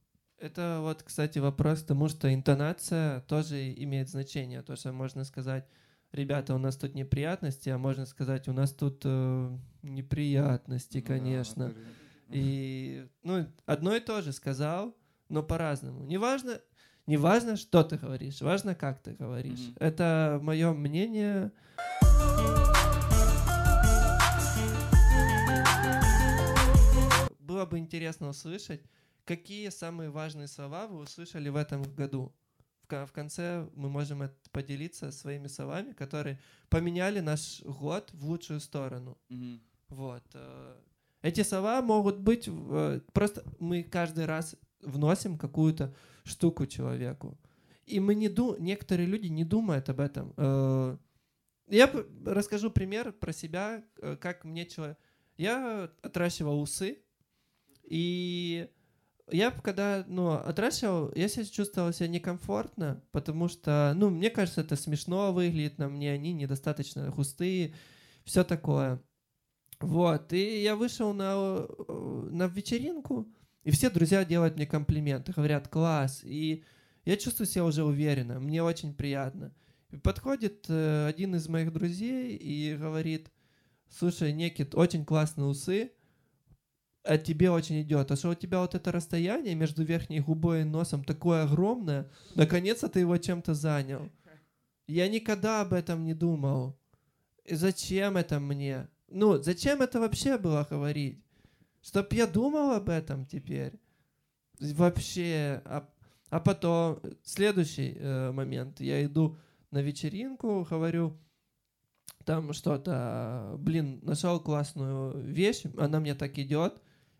Это вот, кстати, вопрос к тому, что интонация тоже имеет значение. То, что можно сказать, ребята, у нас тут неприятности, а можно сказать, у нас тут э, неприятности, конечно. Да, и, ну, одно и то же сказал, но по-разному. Неважно, неважно, что ты говоришь, важно, как ты говоришь. Mm-hmm. Это мое мнение. Было бы интересно услышать, какие самые важные слова вы услышали в этом году. В, в конце мы можем поделиться своими словами, которые поменяли наш год в лучшую сторону. Mm-hmm. Вот. Эти слова могут быть... Просто мы каждый раз вносим какую-то штуку человеку. И мы не ду... некоторые люди не думают об этом. Я расскажу пример про себя, как мне человек... Я отращивал усы, и... Я когда, ну, отращивал, я себя чувствовал себя некомфортно, потому что, ну, мне кажется, это смешно выглядит на мне, они недостаточно густые, все такое. Вот, и я вышел на, на вечеринку, и все друзья делают мне комплименты, говорят, класс, и я чувствую себя уже уверенно, мне очень приятно. И подходит э, один из моих друзей и говорит, слушай, Никит, очень классные усы, а тебе очень идет. А что у тебя вот это расстояние между верхней губой и носом такое огромное, наконец-то ты его чем-то занял. Я никогда об этом не думал. И зачем это мне? Ну, зачем это вообще было говорить? Чтоб я думал об этом теперь? Вообще. А, а потом, следующий э, момент. Я иду на вечеринку, говорю, там что-то, блин, нашел классную вещь, она мне так идет.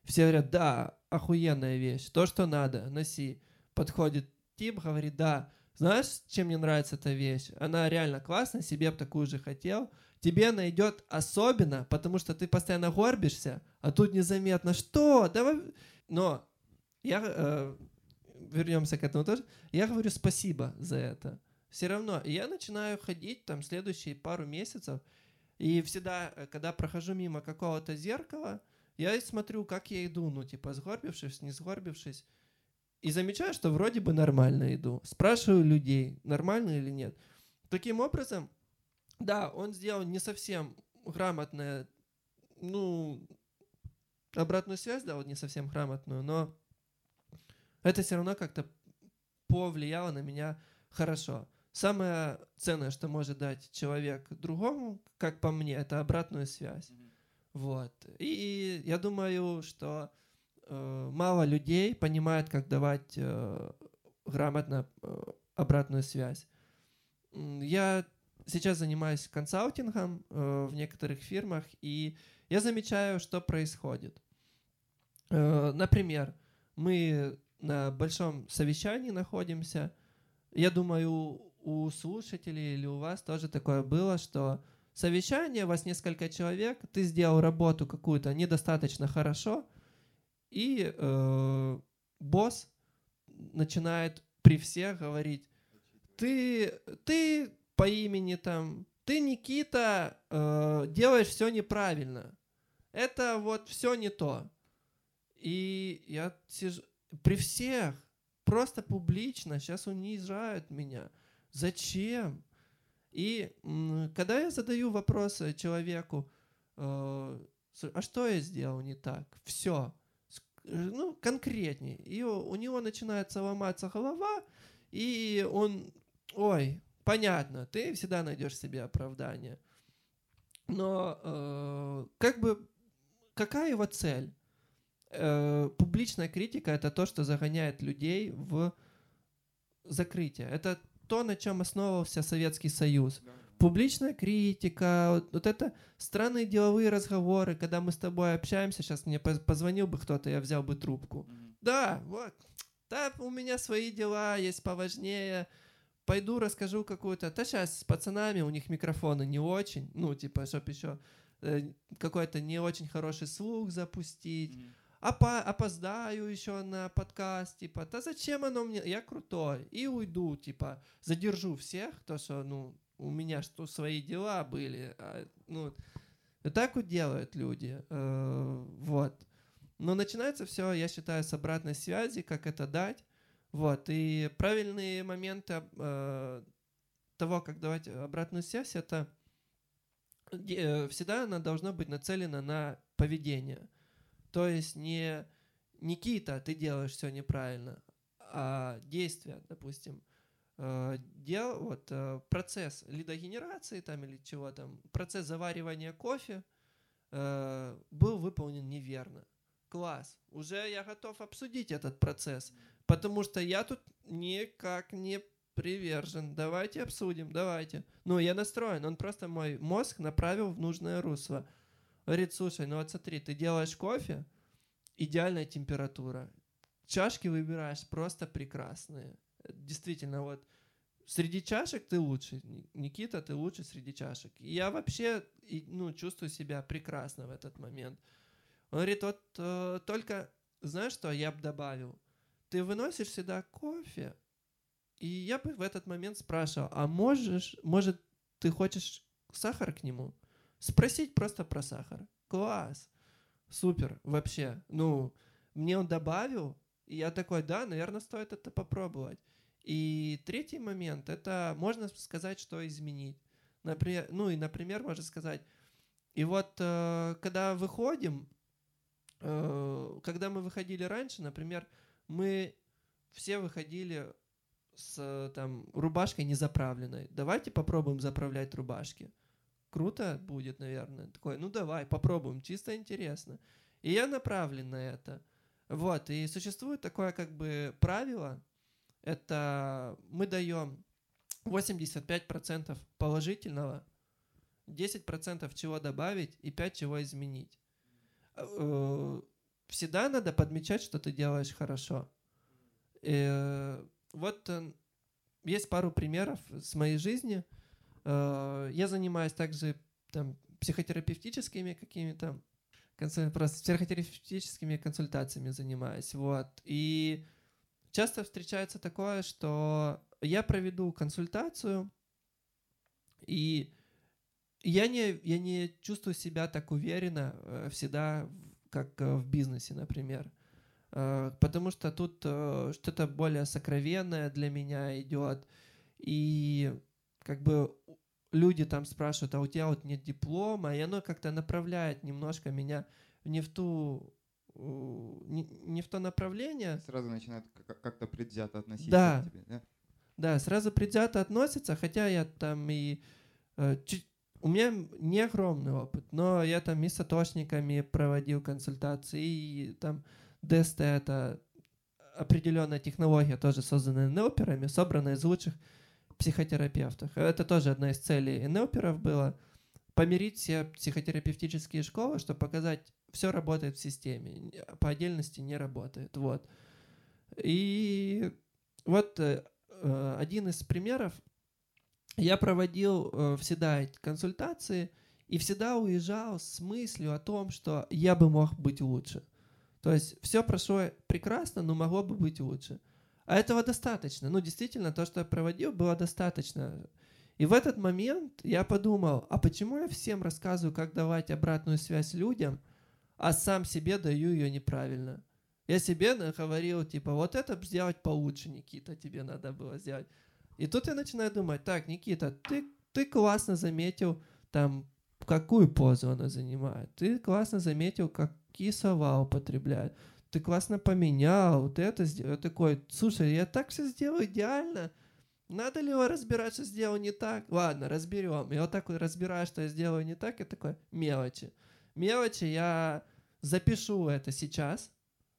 Все говорят, да, охуенная вещь, то, что надо, носи. Подходит тип, говорит, да, знаешь, чем мне нравится эта вещь? Она реально классная, себе бы такую же хотел. Тебе она идет особенно, потому что ты постоянно горбишься, а тут незаметно. Что? Давай... Но я... Э, вернемся к этому тоже. Я говорю спасибо за это. Все равно. И я начинаю ходить там следующие пару месяцев, и всегда, когда прохожу мимо какого-то зеркала, я смотрю, как я иду, ну, типа, сгорбившись, не сгорбившись, и замечаю, что вроде бы нормально иду. Спрашиваю людей, нормально или нет. Таким образом, да, он сделал не совсем грамотное, ну, обратную связь дал не совсем грамотную, но это все равно как-то повлияло на меня хорошо. Самое ценное, что может дать человек другому, как по мне, это обратную связь. Mm-hmm. Вот. И я думаю, что э, мало людей понимают, как давать э, грамотно э, обратную связь. Я сейчас занимаюсь консалтингом э, в некоторых фирмах, и я замечаю, что происходит. Э, например, мы на большом совещании находимся. Я думаю, у слушателей или у вас тоже такое было, что совещание, у вас несколько человек, ты сделал работу какую-то недостаточно хорошо, и э, босс начинает при всех говорить, ты, ты по имени там, ты, Никита, э, делаешь все неправильно. Это вот все не то. И я сижу при всех, просто публично, сейчас унижают меня. Зачем? И м, когда я задаю вопросы человеку, э, а что я сделал не так? Все. Ну, конкретнее. И у, у него начинается ломаться голова, и он, ой, понятно, ты всегда найдешь себе оправдание. Но э, как бы, какая его цель? Э, публичная критика — это то, что загоняет людей в закрытие. Это то, на чем основывался Советский Союз. Публичная критика, вот, вот это странные деловые разговоры, когда мы с тобой общаемся, сейчас мне позвонил бы кто-то, я взял бы трубку. Mm-hmm. Да, вот, да, у меня свои дела есть поважнее, пойду расскажу какую-то, да сейчас с пацанами, у них микрофоны не очень, ну, типа, чтоб еще э, какой-то не очень хороший слух запустить, mm-hmm. Опа- опоздаю еще на подкаст, типа, да зачем оно мне, я крутой, и уйду, типа, задержу всех, то, что, ну, у меня что свои дела были, а, ну, так вот делают люди, э, вот. Но начинается все, я считаю, с обратной связи, как это дать, вот, и правильные моменты э, того, как давать обратную связь, это э, всегда она должна быть нацелена на поведение. То есть не Никита, ты делаешь все неправильно, а действия, допустим, э, дел, вот, э, процесс лидогенерации там или чего там, процесс заваривания кофе э, был выполнен неверно. Класс, уже я готов обсудить этот процесс, потому что я тут никак не привержен. Давайте обсудим, давайте. Ну, я настроен, он просто мой мозг направил в нужное русло. Говорит, слушай, ну вот смотри, ты делаешь кофе, идеальная температура. Чашки выбираешь просто прекрасные. Действительно, вот среди чашек ты лучше. Никита, ты лучше среди чашек. И я вообще ну, чувствую себя прекрасно в этот момент. Он говорит, вот э, только, знаешь что, я бы добавил, ты выносишь всегда кофе, и я бы в этот момент спрашивал, а можешь, может, ты хочешь сахар к нему? Спросить просто про сахар. Класс. Супер. Вообще. Ну, мне он добавил, и я такой, да, наверное, стоит это попробовать. И третий момент, это можно сказать, что изменить. Например, ну и, например, можно сказать, и вот э, когда выходим, э, когда мы выходили раньше, например, мы все выходили с там рубашкой незаправленной. Давайте попробуем заправлять рубашки. Круто будет, наверное. Такой, ну давай, попробуем, чисто интересно. И я направлен на это. Вот, и существует такое как бы правило, это мы даем восемьдесят пять процентов положительного, десять процентов чего добавить и пять процентов чего изменить. всегда надо подмечать, что ты делаешь хорошо. И вот есть пару примеров с моей жизни. Я занимаюсь также там, психотерапевтическими какими-то, просто психотерапевтическими консультациями занимаюсь. Вот. И часто встречается такое, что я проведу консультацию, и я не, я не чувствую себя так уверенно всегда, как в бизнесе, например. Потому что тут что-то более сокровенное для меня идет. И как бы люди там спрашивают, а у тебя вот нет диплома, и оно как-то направляет немножко меня не в ту, не, не в то направление. Сразу начинают как-то предвзято относиться да. к тебе, да? Да, сразу предвзято относятся, хотя я там и... Чуть, у меня не огромный опыт, но я там и с атошниками проводил консультации, и там ДСТ — это определенная технология, тоже созданная неоперами, собранная из лучших психотерапевтов. Это тоже одна из целей неоперов была — помирить все психотерапевтические школы, чтобы показать, все работает в системе, по отдельности не работает. Вот. И вот один из примеров. Я проводил э, всегда эти консультации и всегда уезжал с мыслью о том, что я бы мог быть лучше. То есть все прошло прекрасно, но могло бы быть лучше. А этого достаточно. Ну, действительно, то, что я проводил, было достаточно. И в этот момент я подумал, а почему я всем рассказываю, как давать обратную связь людям, а сам себе даю ее неправильно? Я себе говорил, типа, вот это сделать получше, Никита, тебе надо было сделать. И тут я начинаю думать, так, Никита, ты, ты классно заметил, там, какую позу она занимает. Ты классно заметил, какие слова употребляет. Ты классно поменял, вот это сделал. Я такой, слушай, я так все сделал идеально. Надо ли его разбирать, что сделал не так? Ладно, разберем. И вот так вот разбираю, что я сделаю не так, я такой, мелочи. Мелочи, я запишу это сейчас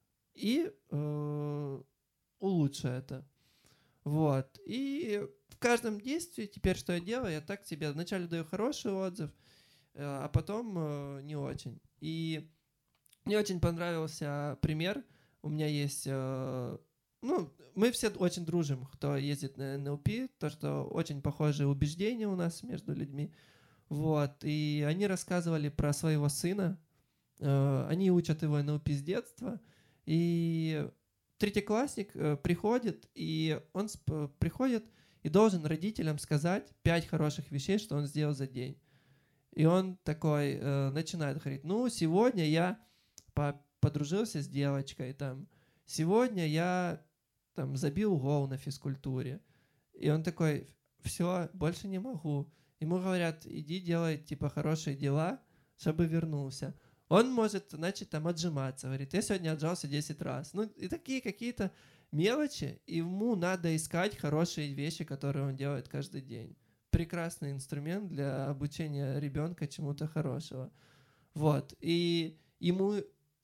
и э, улучшу это. Вот. И в каждом действии теперь, что я делаю, я так себе вначале даю хороший отзыв, а потом э, не очень. И мне очень понравился пример. У меня есть... Э, ну, мы все очень дружим, кто ездит на эн эл пи, то, что очень похожие убеждения у нас между людьми. Вот. И они рассказывали про своего сына. Э, они учат его эн эл пи с детства. И... Третьеклассник э, приходит, и он сп- приходит и должен родителям сказать пять хороших вещей, что он сделал за день. И он такой э, начинает говорить, ну, сегодня я по- подружился с девочкой, там, сегодня я там, забил гол на физкультуре. И он такой, все, больше не могу. Ему говорят, иди делай, типа, хорошие дела, чтобы вернулся. Он может начать там отжиматься, говорит, я сегодня отжался десять раз. Ну, и такие какие-то мелочи, и ему надо искать хорошие вещи, которые он делает каждый день. Прекрасный инструмент для обучения ребенка чему-то хорошего. Вот. И ему,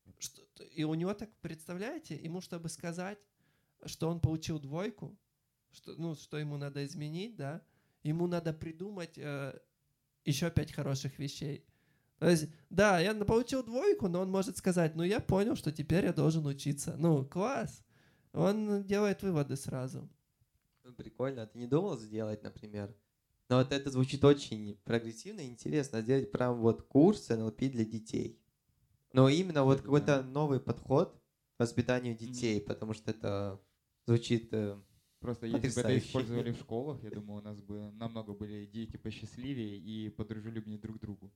и у него так, представляете, ему, чтобы сказать, что он получил двойку, что, ну, что ему надо изменить, да, ему надо придумать э, еще пять хороших вещей. То есть, да, я получил двойку, но он может сказать, ну, я понял, что теперь я должен учиться. Ну, класс. Он делает выводы сразу. Ну, прикольно. А ты не думал сделать, например? Но вот это звучит очень прогрессивно и интересно. Сделать прям вот курс эн эл пи для детей. Но именно вот какой-то новый подход к воспитанию детей, mm-hmm. потому что это звучит э, Просто если бы это использовали в школах, я думаю, у нас бы намного были дети посчастливее и подружелюбнее друг к другу.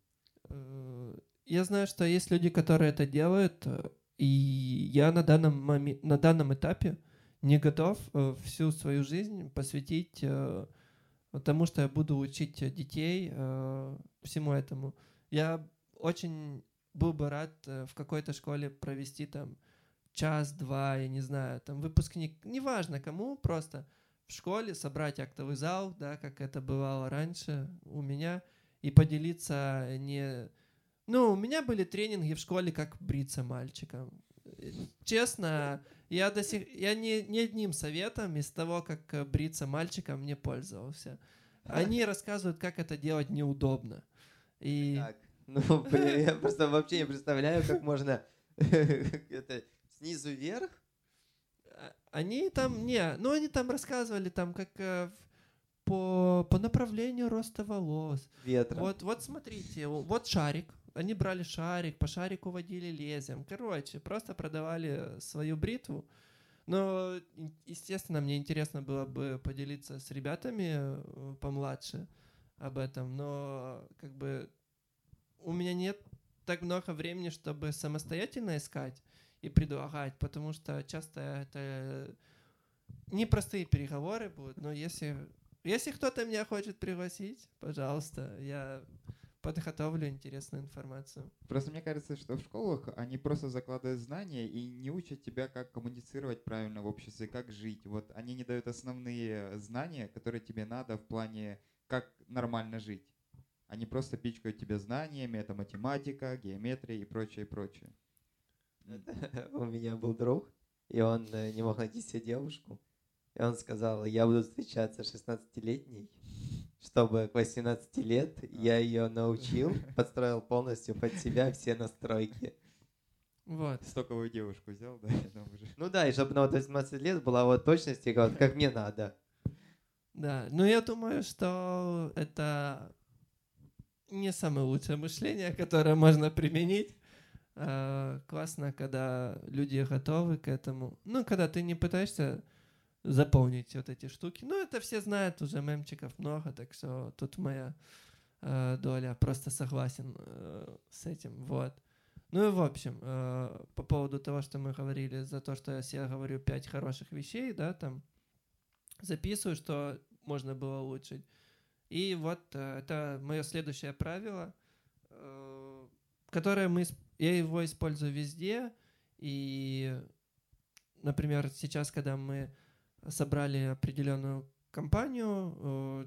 Я знаю, что есть люди, которые это делают, и я на данном, моме- на данном этапе не готов всю свою жизнь посвятить тому, что я буду учить детей всему этому. Я очень был бы рад в какой-то школе провести там час-два, я не знаю, там выпускник, неважно кому, просто в школе собрать актовый зал, да, как это бывало раньше у меня, и поделиться не... Ну, у меня были тренинги в школе, как бриться мальчиком. Честно, я, до сих... я ни, ни одним советом из того, как бриться мальчиком, не пользовался. Они рассказывают, как это делать неудобно. И... Так, ну, я просто вообще не представляю, как можно Это снизу вверх? А- Они там, не, ну они там рассказывали, там как э, в- по, по направлению роста волос. Ветром. Вот, вот смотрите, о- вот шарик. Они брали шарик, по шарику водили лезвием. Короче, просто продавали свою бритву. Но, ин- естественно, мне интересно было бы поделиться с ребятами э, помладше об этом, но как бы у меня нет так много времени, чтобы самостоятельно искать и предлагать, потому что часто это непростые переговоры будут, но если, если кто-то меня хочет пригласить, пожалуйста, я подготовлю интересную информацию. Просто мне кажется, что в школах они просто закладывают знания и не учат тебя, как коммуницировать правильно в обществе, как жить. Вот они не дают основные знания, которые тебе надо в плане, как нормально жить. Они просто пичкают тебя знаниями, это математика, геометрия и прочее, прочее. У меня был друг, и он э, не мог найти себе девушку. И он сказал, я буду встречаться с шестнадцатилетней, чтобы к восемнадцати лет я ее научил, подстроил полностью под себя все настройки. Вот. Стоковую девушку взял, да? я там уже. Ну да, и чтобы на вот восемнадцать лет была вот точности, вот, как мне надо. Да, но я думаю, что это не самое лучшее мышление, которое можно применить. А, классно, когда люди готовы к этому. Ну, когда ты не пытаешься заполнить вот эти штуки. Ну, это все знают, уже мемчиков много, так что тут моя э, доля. Просто согласен э, с этим, вот. Ну и в общем, э, по поводу того, что мы говорили, за то, что я себе говорю пять хороших вещей, да, там, записываю, что можно было улучшить. И вот э, это мое следующее правило, э, которое мы, исп- я его использую везде. И, например, сейчас, когда мы собрали определенную компанию э,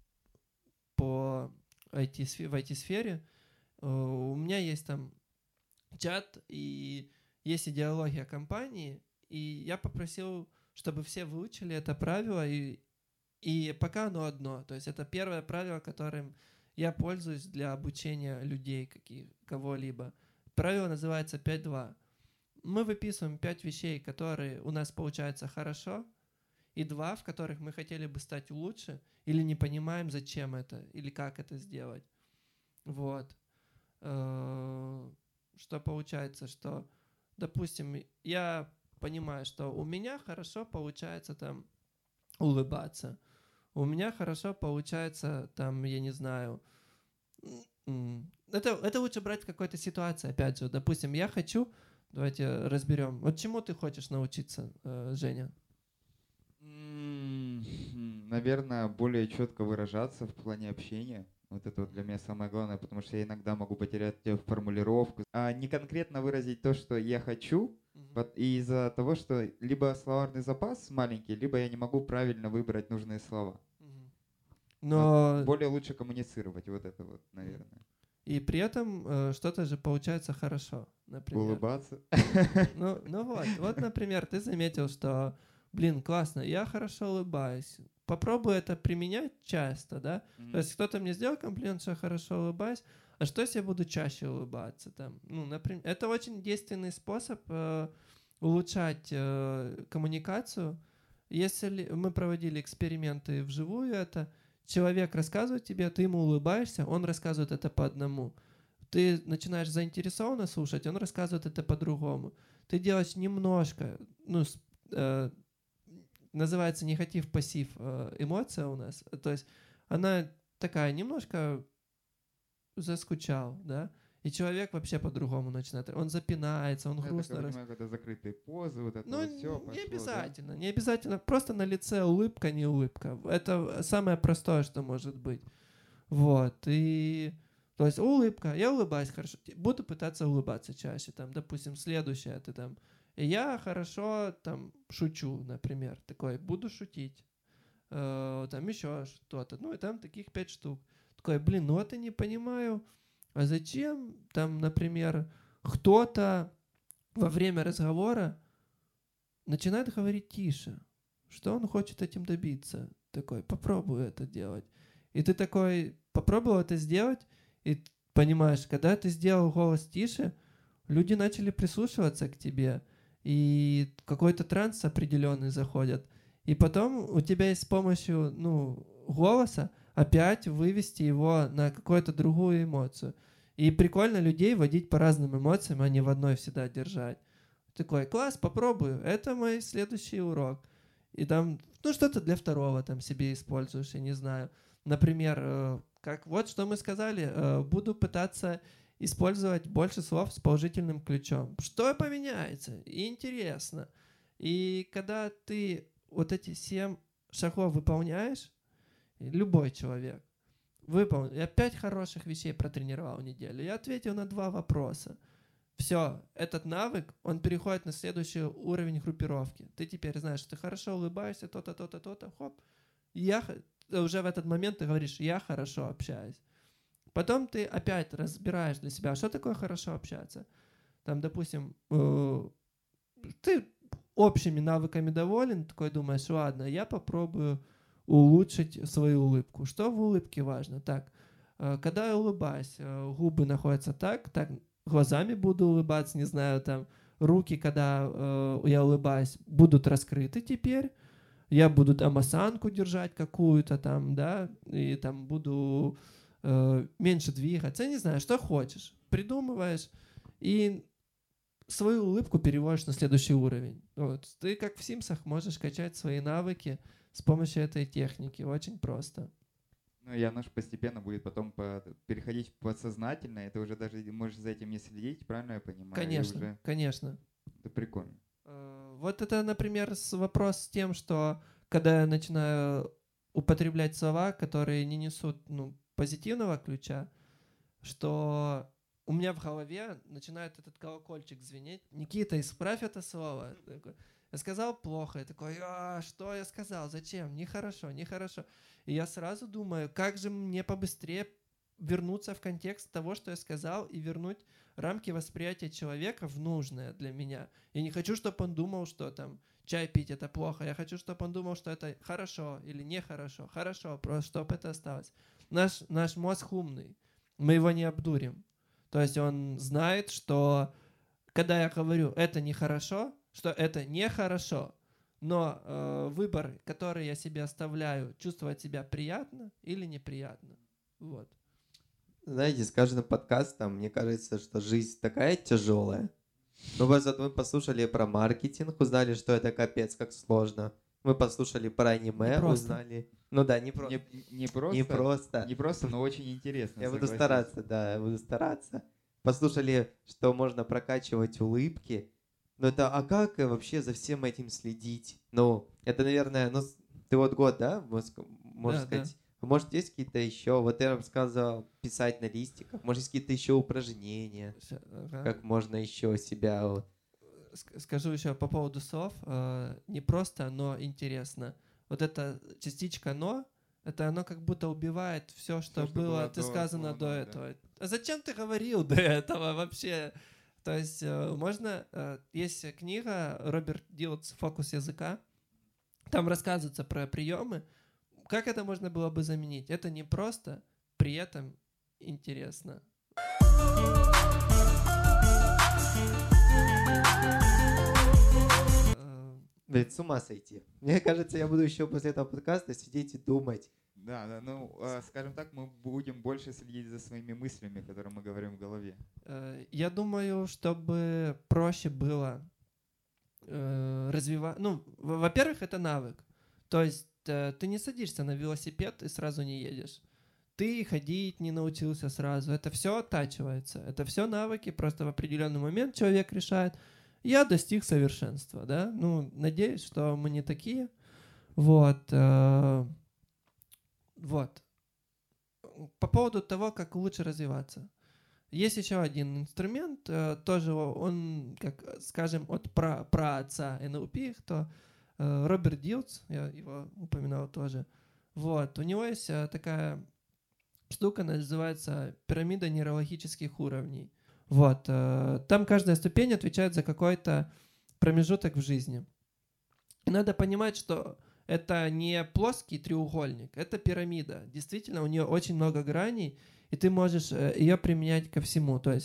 по ай ти, сфе- в ай ти-сфере, э, у меня есть там чат, и есть идеология компании, и я попросил, чтобы все выучили это правило, и, и пока оно одно. То есть это первое правило, которым я пользуюсь для обучения людей, каких, кого-либо. Правило называется пять два. Мы выписываем пять вещей, которые у нас получаются хорошо, и два, в которых мы хотели бы стать лучше, или не понимаем, зачем это, или как это сделать. Вот. Э, Что получается, что, допустим, я понимаю, что у меня хорошо получается там улыбаться, у меня хорошо получается там, я не знаю, м, это, это лучше брать в какой-то ситуации, опять же, допустим, я хочу, давайте разберем, вот чему ты хочешь научиться, э, Женя? М, м, Наверное, более четко выражаться в плане общения. Вот это вот для меня самое главное, потому что я иногда могу потерять э, формулировку. А не конкретно выразить то, что я хочу, Мгм. пот- из-за того, что либо словарный запас маленький, либо я не могу правильно выбрать нужные слова. Мгм. Но Но более лучше коммуницировать, вот это вот, наверное. и при этом э, что-то же получается хорошо, например. Улыбаться. Ну, ну вот, вот, например, ты заметил, что, блин, классно, я хорошо улыбаюсь. Попробуй это применять часто, да? Мгм. То есть кто-то мне сделал комплимент, что я хорошо улыбаюсь, а что если я буду чаще улыбаться там? Ну, например, это очень действенный способ э, улучшать э, коммуникацию. Если мы проводили эксперименты вживую, это человек рассказывает тебе, ты ему улыбаешься, он рассказывает это по одному. Ты начинаешь заинтересованно слушать, он рассказывает это по-другому. Ты делаешь немножко, ну, с- э, называется негатив-пассив э, эмоция у нас. То есть она такая, немножко заскучал, да, и человек вообще по-другому начинает. Он запинается, он Ну, я так грустно. рас- понимаю, когда закрытые позы, вот это Ну, вот все не пошло, да? обязательно, не обязательно. Просто на лице улыбка, не улыбка. Это самое простое, что может быть. Вот, и... То есть улыбка, я улыбаюсь хорошо, буду пытаться улыбаться чаще, там, допустим, следующее, ты там, я хорошо, там, шучу, например, такой, буду шутить, Э, там еще что-то, ну, и там таких пять штук. Такой, блин, ну, вот я не понимаю, а зачем, там, например, кто-то во время разговора начинает говорить тише, что он хочет этим добиться, такой, попробуй это делать. И ты такой, попробовал это сделать, и т- понимаешь, когда ты сделал голос тише, люди начали прислушиваться к тебе, и какой-то транс определенный заходит. И потом у тебя есть с помощью, ну, голоса опять вывести его на какую-то другую эмоцию. И прикольно людей водить по разным эмоциям, а не в одной всегда держать. Такой, класс, попробую, это мой следующий урок. И там, ну, что-то для второго там себе используешь, я не знаю. Например, э, как вот что мы сказали, э, буду пытаться использовать больше слов с положительным ключом. Что поменяется? Интересно. И когда ты вот эти семь шагов выполняешь, любой человек выполнил, я пять хороших вещей протренировал неделю, я ответил на два вопроса. Все, этот навык, он переходит на следующий уровень группировки. Ты теперь знаешь, что ты хорошо улыбаешься, то-то, то-то, то-то, хоп. Я, уже в этот момент ты говоришь, я хорошо общаюсь. Потом ты опять разбираешь для себя, что такое хорошо общаться. Там, допустим, э, ты общими навыками доволен, такой думаешь, ладно, я попробую улучшить свою улыбку. Что в улыбке важно? Так, э, когда я улыбаюсь, э, губы находятся так, так, глазами буду улыбаться, не знаю, там, руки, когда э, я улыбаюсь, будут раскрыты теперь, я буду там осанку держать какую-то там, да, и там буду э, меньше двигаться, я не знаю, что хочешь, придумываешь, и свою улыбку переводишь на следующий уровень. Вот. Ты, как в Симсах, можешь качать свои навыки с помощью этой техники, очень просто. Ну, и оно же постепенно будет потом по, переходить в подсознательное, и ты уже даже можешь за этим не следить, правильно я понимаю? Конечно, уже... конечно. Это прикольно. Вот это, например, вопрос с тем, что когда я начинаю употреблять слова, которые не несут, ну, позитивного ключа, что у меня в голове начинает этот колокольчик звенеть. Никита, исправь это слово. Я сказал плохо. Я такой, а, что я сказал? Зачем? Нехорошо, нехорошо. И я сразу думаю, как же мне побыстрее вернуться в контекст того, что я сказал, и вернуть рамки восприятия человека в нужное для меня. Я не хочу, чтобы он думал, что там чай пить это плохо. Я хочу, чтобы он думал, что это хорошо или нехорошо. Хорошо, просто чтобы это осталось. Наш, наш мозг умный. Мы его не обдурим. То есть он знает, что когда я говорю «это нехорошо», что это нехорошо, но э, выбор, который я себе оставляю, чувствовать себя приятно или неприятно. Вот. Знаете, с каждым подкастом, мне кажется, что жизнь такая тяжелая. Ну, вот мы послушали про маркетинг, узнали, что это капец, как сложно. Мы послушали про аниме, узнали... Ну да, не, про... не, не, просто, не просто. Не просто, но очень интересно. Я буду стараться, да, я буду стараться. Послушали, что можно прокачивать улыбки. Но это, а как вообще за всем этим следить? Ну, это, наверное, ну, ты вот год, да, можно да, сказать? Да. Может, есть какие-то еще, вот я рассказывал, писать на листиках, может, есть какие-то еще упражнения, ага. Как можно еще себя... Вот... Скажу еще по поводу слов, не просто, но интересно. Вот эта частичка «но», это оно как будто убивает все, что, все, что было, было ты до сказано слова, до да. этого. А зачем ты говорил до этого вообще? То есть можно... Есть книга Роберт Дилтс «Фокус языка». Там рассказывается про приемы. Как это можно было бы заменить? Это не просто, при этом интересно. Блин, с ума сойти. Мне кажется, я буду еще после этого подкаста сидеть и думать. Да, да, ну, э, скажем так, мы будем больше следить за своими мыслями, которые мы говорим в голове. Э, я думаю, чтобы проще было э, развивать... Ну, во-первых, это навык. То есть э, ты не садишься на велосипед и сразу не едешь. Ты ходить не научился сразу. Это все оттачивается. Это все навыки. Просто в определенный момент человек решает, я достиг совершенства, да? Ну, надеюсь, что мы не такие. Вот. Э, Вот. По поводу того, как лучше развиваться. Есть еще один инструмент, тоже он, как скажем, от пра, праотца эн эл пи, кто Роберт Дилтс, я его упоминал тоже. Вот. У него есть такая штука, называется пирамида нейрологических уровней. Вот. Там каждая ступень отвечает за какой-то промежуток в жизни. И надо понимать, что это не плоский треугольник, это пирамида. Действительно, у нее очень много граней, и ты можешь ее применять ко всему. То есть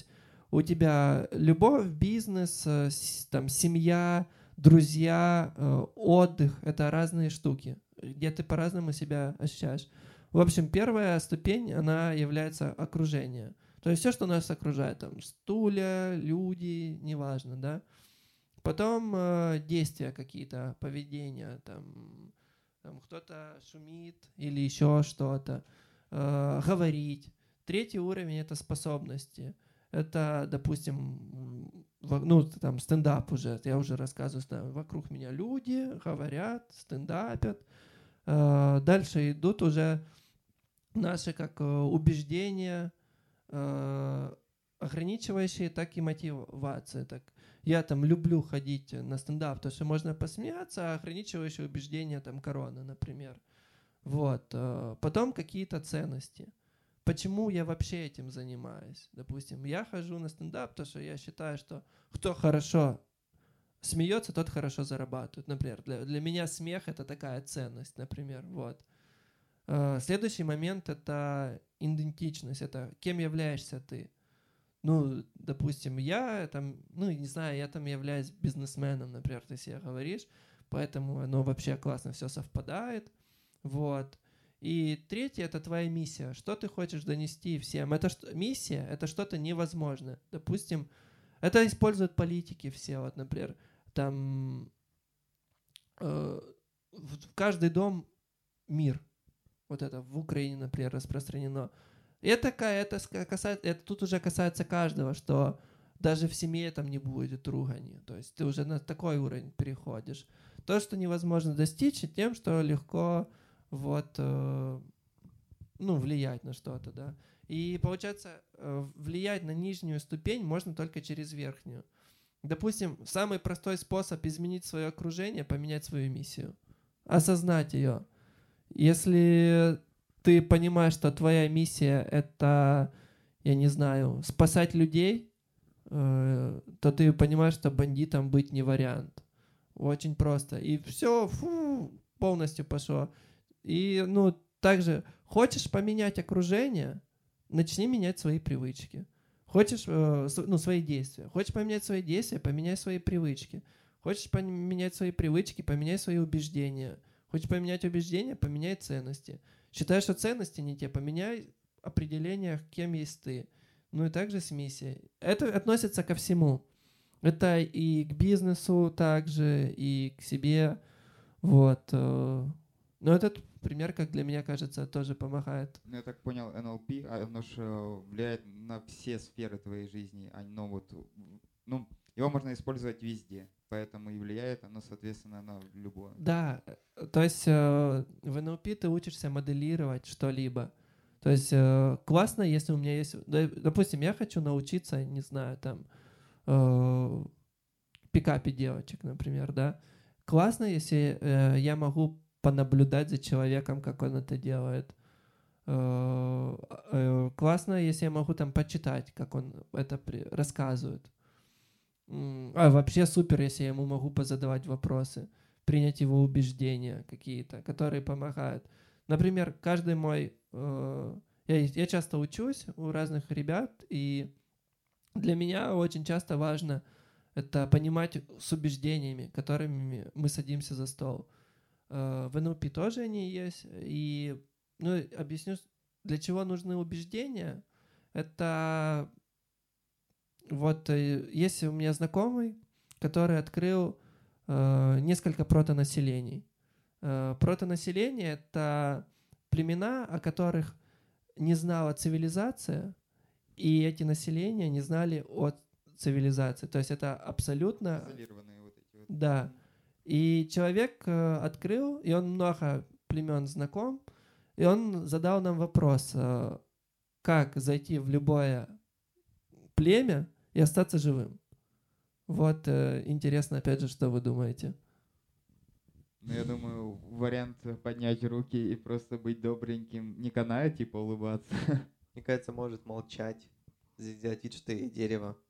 у тебя любовь, бизнес, э, с- там, семья, друзья, э, отдых — это разные штуки, где ты по-разному себя ощущаешь. В общем, первая ступень, она является окружение. То есть все, что нас окружает, там, стулья, люди, неважно, да. Потом э, действия какие-то, поведение, там, там кто-то шумит или еще что-то, э, говорить. Третий уровень — это способности. Это, допустим, м, во- ну, там, стендап уже, я уже рассказываю, да, вокруг меня люди говорят, стендапят. Э, Дальше идут уже наши как э, убеждения, э, ограничивающие, так и мотивации. Так, я там люблю ходить на стендап, потому что можно посмеяться, а ограничивающие убеждения, там, корона, например. Вот. э, Потом какие-то ценности. Почему я вообще этим занимаюсь? Допустим, я хожу на стендап, потому что я считаю, что кто хорошо смеется, тот хорошо зарабатывает. Например, для, для меня смех — это такая ценность, например. Вот. Э, Следующий момент — это идентичность, это кем являешься ты. Ну, допустим, я там, ну, не знаю, я там являюсь бизнесменом, например, ты себе говоришь, поэтому оно вообще классно все совпадает, вот. И третье — это твоя миссия. Что ты хочешь донести всем? Это что, миссия — это что-то невозможное. Допустим, это используют политики все, вот, например, там э, в в каждый дом мир. Вот это в Украине, например, распространено. И это, такая, это, ска- касается, это тут уже касается каждого, что даже в семье там не будет ругани. То есть ты уже на такой уровень переходишь. То, что невозможно достичь, и тем, что легко вот, э, ну, влиять на что-то, да. И получается, э, влиять на нижнюю ступень можно только через верхнюю. Допустим, самый простой способ изменить свое окружение — поменять свою миссию, осознать ее. Если ты понимаешь, что твоя миссия — это, я не знаю, спасать людей, э, то ты понимаешь, что бандитом быть не вариант. Очень просто. И все, фу, полностью пошло. И, ну, также, хочешь поменять окружение, начни менять свои привычки. Хочешь, э, с- ну, свои действия. Хочешь поменять свои действия, поменяй свои привычки. Хочешь поменять свои привычки, поменяй свои убеждения. Хочешь поменять убеждения, поменяй ценности. Считаешь, что ценности не те, поменяй определение, кем есть ты. Ну и также с миссией. Это относится ко всему. Это и к бизнесу также, и к себе. Вот. э. Но этот пример, как для меня кажется, тоже помогает. Ну, я так понял, эн эл пи, а оно же влияет на все сферы твоей жизни. Оно вот, м, ну, его можно использовать везде, поэтому и влияет оно, соответственно, на любое. Да, э, то есть э, в эн эл пи ты учишься моделировать что-либо. То есть э, классно, если у меня есть... да, допустим, я хочу научиться, не знаю, там, э, пикапе девочек, например, да. Классно, если э, я могу понаблюдать за человеком, как он это делает. Э, э, классно, если я могу там почитать, как он это при- рассказывает. М, А вообще супер, если я ему могу позадавать вопросы, принять его убеждения какие-то, которые помогают. Например, каждый мой... э, я, я часто учусь у разных ребят, и для меня очень часто важно это понимать с убеждениями, которыми мы садимся за стол. Э, В эн эл пи тоже они есть. И ну, объясню, для чего нужны убеждения. Это вот э, есть у меня знакомый, который открыл э, несколько протонаселений. Э, протонаселение — это племена, о которых не знала цивилизация, и эти населения не знали о цивилизации. То есть это абсолютно... Изолированные вот эти вот. Да. И человек э, открыл, и он много племен знаком, и он задал нам вопрос, э, как зайти в любое племя и остаться живым. Вот э, интересно, опять же, что вы думаете? Ну, я думаю, вариант поднять руки и просто быть добреньким, не каная, типа улыбаться. Мне кажется, может молчать, сделать вид, что ты дерево.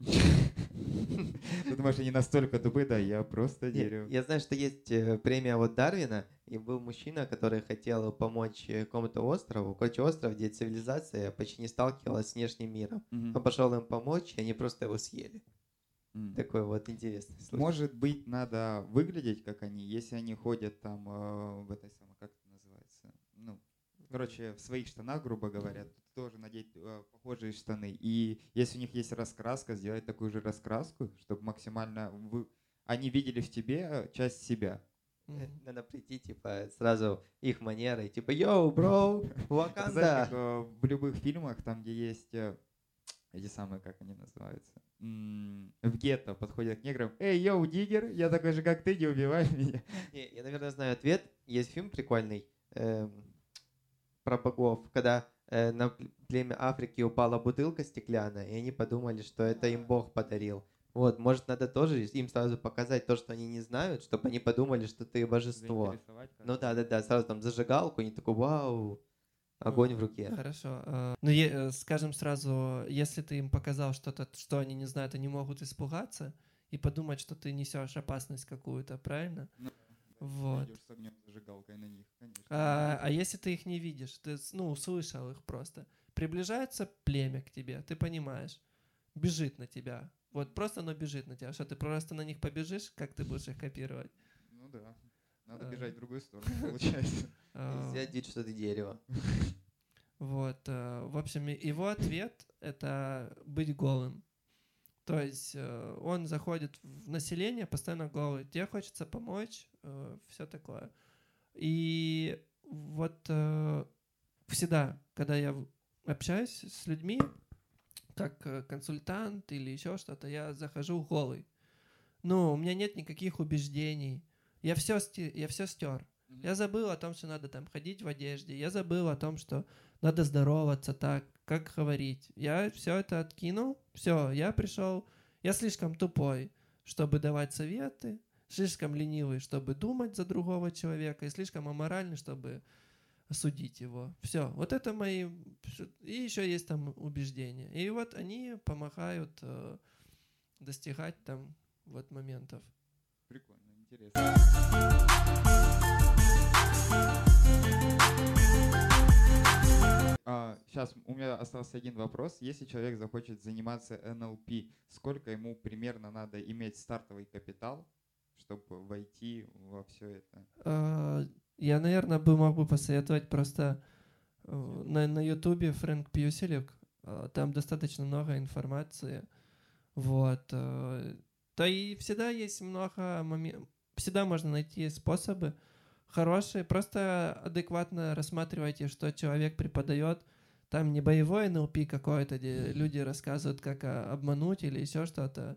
Ты думаешь, они настолько тупые? Да, я просто Я, дерево. я знаю, что есть э, премия вот Дарвина, и был мужчина, который хотел помочь э, какому-то острову. Короче, остров, где цивилизация почти не сталкивалась с внешним миром. Мгм. Он пошел им помочь, и они просто его съели. М. Такой вот интересный случай. Может быть, надо выглядеть как они, если они ходят там э, в этой самой, как это называется, ну, короче, в своих штанах, грубо говоря, то тоже надеть э, похожие штаны. И если у них есть раскраска, сделать такую же раскраску, чтобы максимально вы, они видели в тебе э, часть себя. Э, Мгм. Надо прийти, типа, сразу их манерой, типа, йоу, бро, Это знаешь, как Ваканда. э, в любых фильмах, там, где есть э, эти самые, как они называются, М, в гетто подходят к неграм, эй, йоу, диггер, я такой же, как ты, не убивай меня. Не, я, наверное, знаю ответ. Есть фильм прикольный эм, про богов, когда э, на пл- племя Африки упала бутылка стеклянная, и они подумали, что это им Бог подарил. Вот, может, надо тоже им сразу показать то, что они не знают, чтобы они подумали, что ты божество. Заинтересовать Ну как-то. да, да, да, сразу там зажигалку, они такой, вау, огонь в Ну, руке. Хорошо. а, Ну, е- э, скажем сразу, если ты им показал что-то, что они не знают, они могут испугаться и подумать, что ты несешь опасность какую-то, правильно? Ну, да, Вот. идешь с огнем, зажигалкой на них, конечно. А, а если ты их не видишь, ты, с- ну, услышал их просто. Приближается племя к тебе, ты понимаешь, бежит на тебя. Вот просто оно бежит на тебя. Что, ты просто на них побежишь, как ты будешь их копировать? Ну да, надо А. бежать в другую сторону, получается. И А, сделать вид, что ты дерево. Вот, э, в общем, и- его ответ — это быть голым. То есть э, он заходит в население постоянно голый. Тебе хочется помочь, все такое. И вот э, всегда, когда я в- общаюсь с людьми, как э, консультант или еще что-то, я захожу голый. Ну, у меня нет никаких убеждений. Я все, я все стер. Мгм. Я забыл о том, что надо там ходить в одежде. Я забыл о том, что надо здороваться так, как говорить. Я все это откинул. Все, я пришел. Я слишком тупой, чтобы давать советы. Слишком ленивый, чтобы думать за другого человека. И слишком аморальный, чтобы осудить его. Все. Вот это мои... И еще есть там убеждения. И вот они помогают э, достигать там вот моментов. Прикольно, интересно. А, сейчас у меня остался один вопрос. Если человек захочет заниматься эн эл пи, сколько ему примерно надо иметь стартовый капитал, чтобы войти во все это? А, Я, наверное, бы мог бы посоветовать просто э, на на Ютубе Фрэнк Пьюселик. а, Там достаточно много информации. Вот. э, Да и всегда есть много моментов. Всегда можно найти способы хорошие. Просто адекватно рассматривайте, что человек преподает. Там не боевой эн эл пи какой-то, где люди рассказывают, как а, обмануть или еще что-то.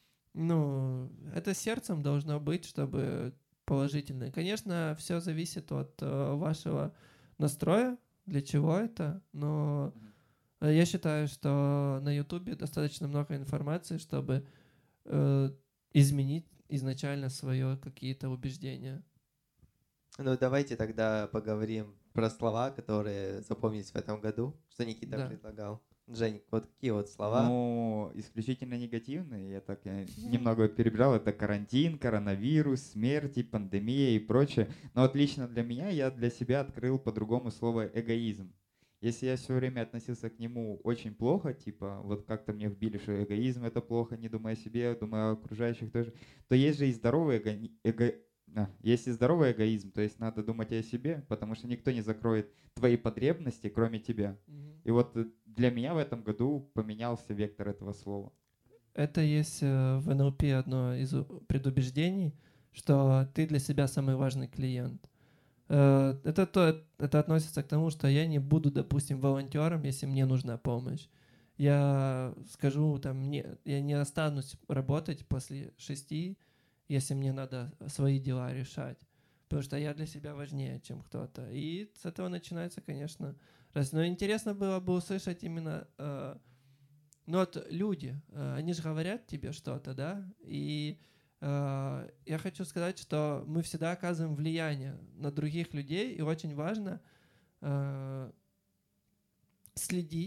Ну, это сердцем должно быть, чтобы положительное. Конечно, все зависит от э, вашего настроя, для чего это, но Мгм. э, я считаю, что на Ютубе достаточно много информации, чтобы э, изменить изначально свое какие-то убеждения. Ну, давайте тогда поговорим про слова, которые запомнились в этом году, что Никита Да. предлагал. Жень, вот какие вот слова? Ну, исключительно негативные. Я так э, немного перебирал. Это карантин, коронавирус, смерти, пандемия и прочее. Но вот лично для меня, я для себя открыл по-другому слово эгоизм. Если я все время относился к нему очень плохо, типа вот как-то мне вбили, что эгоизм это плохо, не думая о себе, думая о окружающих тоже, то есть же и здоровый эго... эго... а, есть и здоровый эгоизм, то есть надо думать о себе, потому что никто не закроет твои потребности, кроме тебя. Мгм. И вот э, для меня в этом году поменялся вектор этого слова. Это есть э, в эн эл пи одно из у- предубеждений, что ты для себя самый важный клиент. Э, Это, то, это относится к тому, что я не буду, допустим, волонтером, если мне нужна помощь. Я скажу, там, мне, я не останусь работать после шести, если мне надо свои дела решать. Потому что я для себя важнее, чем кто-то. И с этого начинается, конечно, раз. Но интересно было бы услышать именно... э, ну вот люди, э, они же говорят тебе что-то, да? И э, я хочу сказать, что мы всегда оказываем влияние на других людей, и очень важно э, следить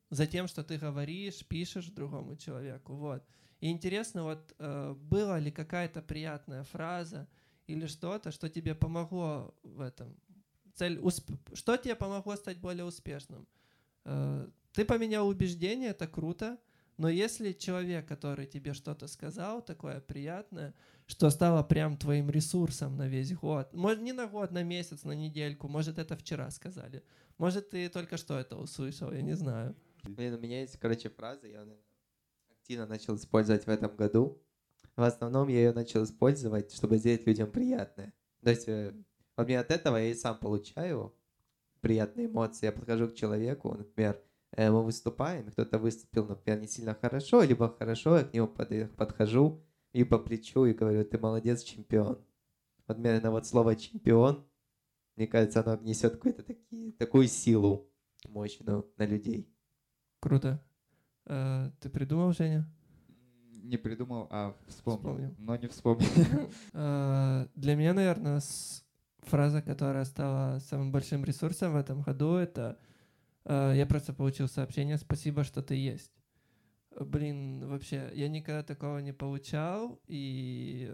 за тем, что ты говоришь, пишешь другому человеку. Вот. И интересно, вот э, была ли какая-то приятная фраза или что-то, что тебе помогло в этом? Цель, усп... Что тебе помогло стать более успешным? Э, ты поменял убеждение, это круто, но если человек, который тебе что-то сказал, такое приятное, что стало прям твоим ресурсом на весь год, может, не на год, на месяц, на недельку, может, это вчера сказали, может, ты только что это услышал, я не знаю. Блин, у меня есть, короче, фраза, я наверное, активно начал использовать в этом году. В основном я ее начал использовать, чтобы сделать людям приятное. То есть, э, вот мне от этого я и сам получаю приятные эмоции. Я подхожу к человеку, например, э, мы выступаем, и кто-то выступил, например, не сильно хорошо, либо хорошо, я к нему под, подхожу и по плечу и говорю: ты молодец, чемпион. Вот, наверное, вот слово «чемпион», мне кажется, оно несет какую-то таки, такую силу мощную на людей. Круто. А, ты придумал, Женя? Не придумал, а вспомнил, Вспомнил. но не вспомнил. А, для меня, наверное, фраза, которая стала самым большим ресурсом в этом году, это а, я просто получил сообщение: спасибо, что ты есть. Блин, вообще, я никогда такого не получал, и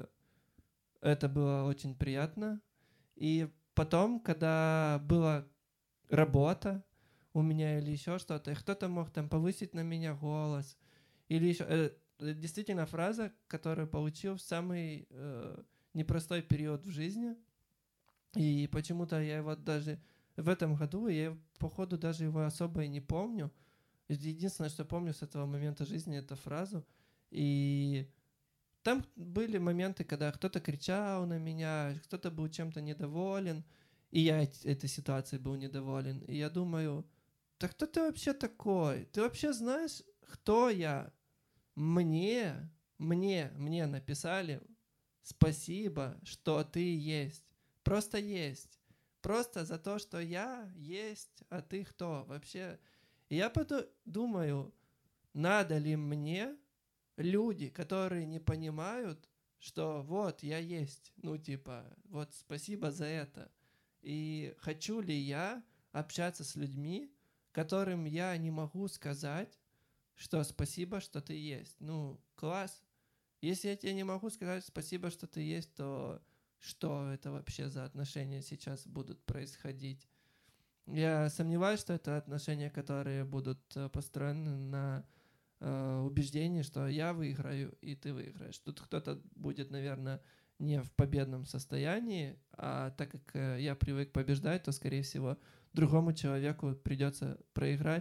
это было очень приятно. И потом, когда была работа у меня или еще что-то, и кто-то мог там повысить на меня голос, или еще... Э, действительно фраза, которую получил в самый э, непростой период в жизни, и почему-то я его даже в этом году, я, походу, даже его особо и не помню. Единственное, что помню с этого момента жизни, это фразу. И там были моменты, когда кто-то кричал на меня, кто-то был чем-то недоволен, и я этой ситуацией был недоволен. И я думаю: да кто ты вообще такой? Ты вообще знаешь, кто я? Мне, мне, мне написали: спасибо, что ты есть. Просто есть. Просто за то, что я есть, а ты кто вообще? И я думаю, надо ли мне люди, которые не понимают, что вот я есть, ну типа, вот спасибо за это. И хочу ли я общаться с людьми, которым я не могу сказать, что спасибо, что ты есть. Ну, класс. Если я тебе не могу сказать спасибо, что ты есть, то что это вообще за отношения сейчас будут происходить? Я сомневаюсь, что это отношения, которые будут построены на э, убеждении, что я выиграю и ты выиграешь. Тут кто-то будет, наверное, не в победном состоянии, а так как э, я привык побеждать, то, скорее всего, другому человеку придется проиграть.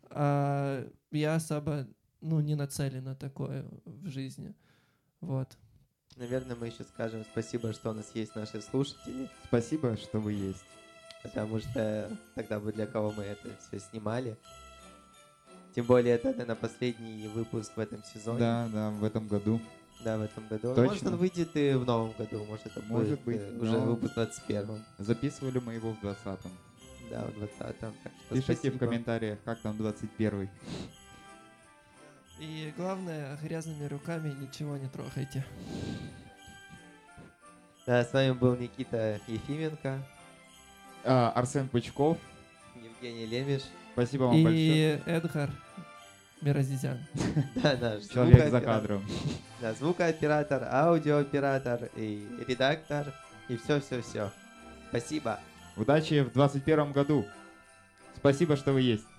А я особо, ну, не нацелен на такое в жизни. Вот. Наверное, мы еще скажем спасибо, что у нас есть наши слушатели. Спасибо, что вы есть. Потому что тогда бы для кого мы это все снимали. Тем более, это, наверное, последний выпуск в этом сезоне. Да, да, в этом году. Да, в этом году. Точно. Может, он выйдет и в новом году. Может, это Может будет быть, уже но выпуск в двадцать первом. Записывали мы его в двадцатом. Да, в двадцатом. Так что Пишите спасибо. в комментариях, как там двадцать первый. И главное, грязными руками ничего не трогайте. Да, с вами был Никита Ефименко. А, Арсен Пучков. Евгений Лемеш. Спасибо вам большое. И Эдгар Миразизян. Да, наш Человек за звукооператор. кадром. Да, звукооператор, аудиооператор и редактор. И все-все-все. Спасибо. Удачи в двадцать первом году. Спасибо, что вы есть.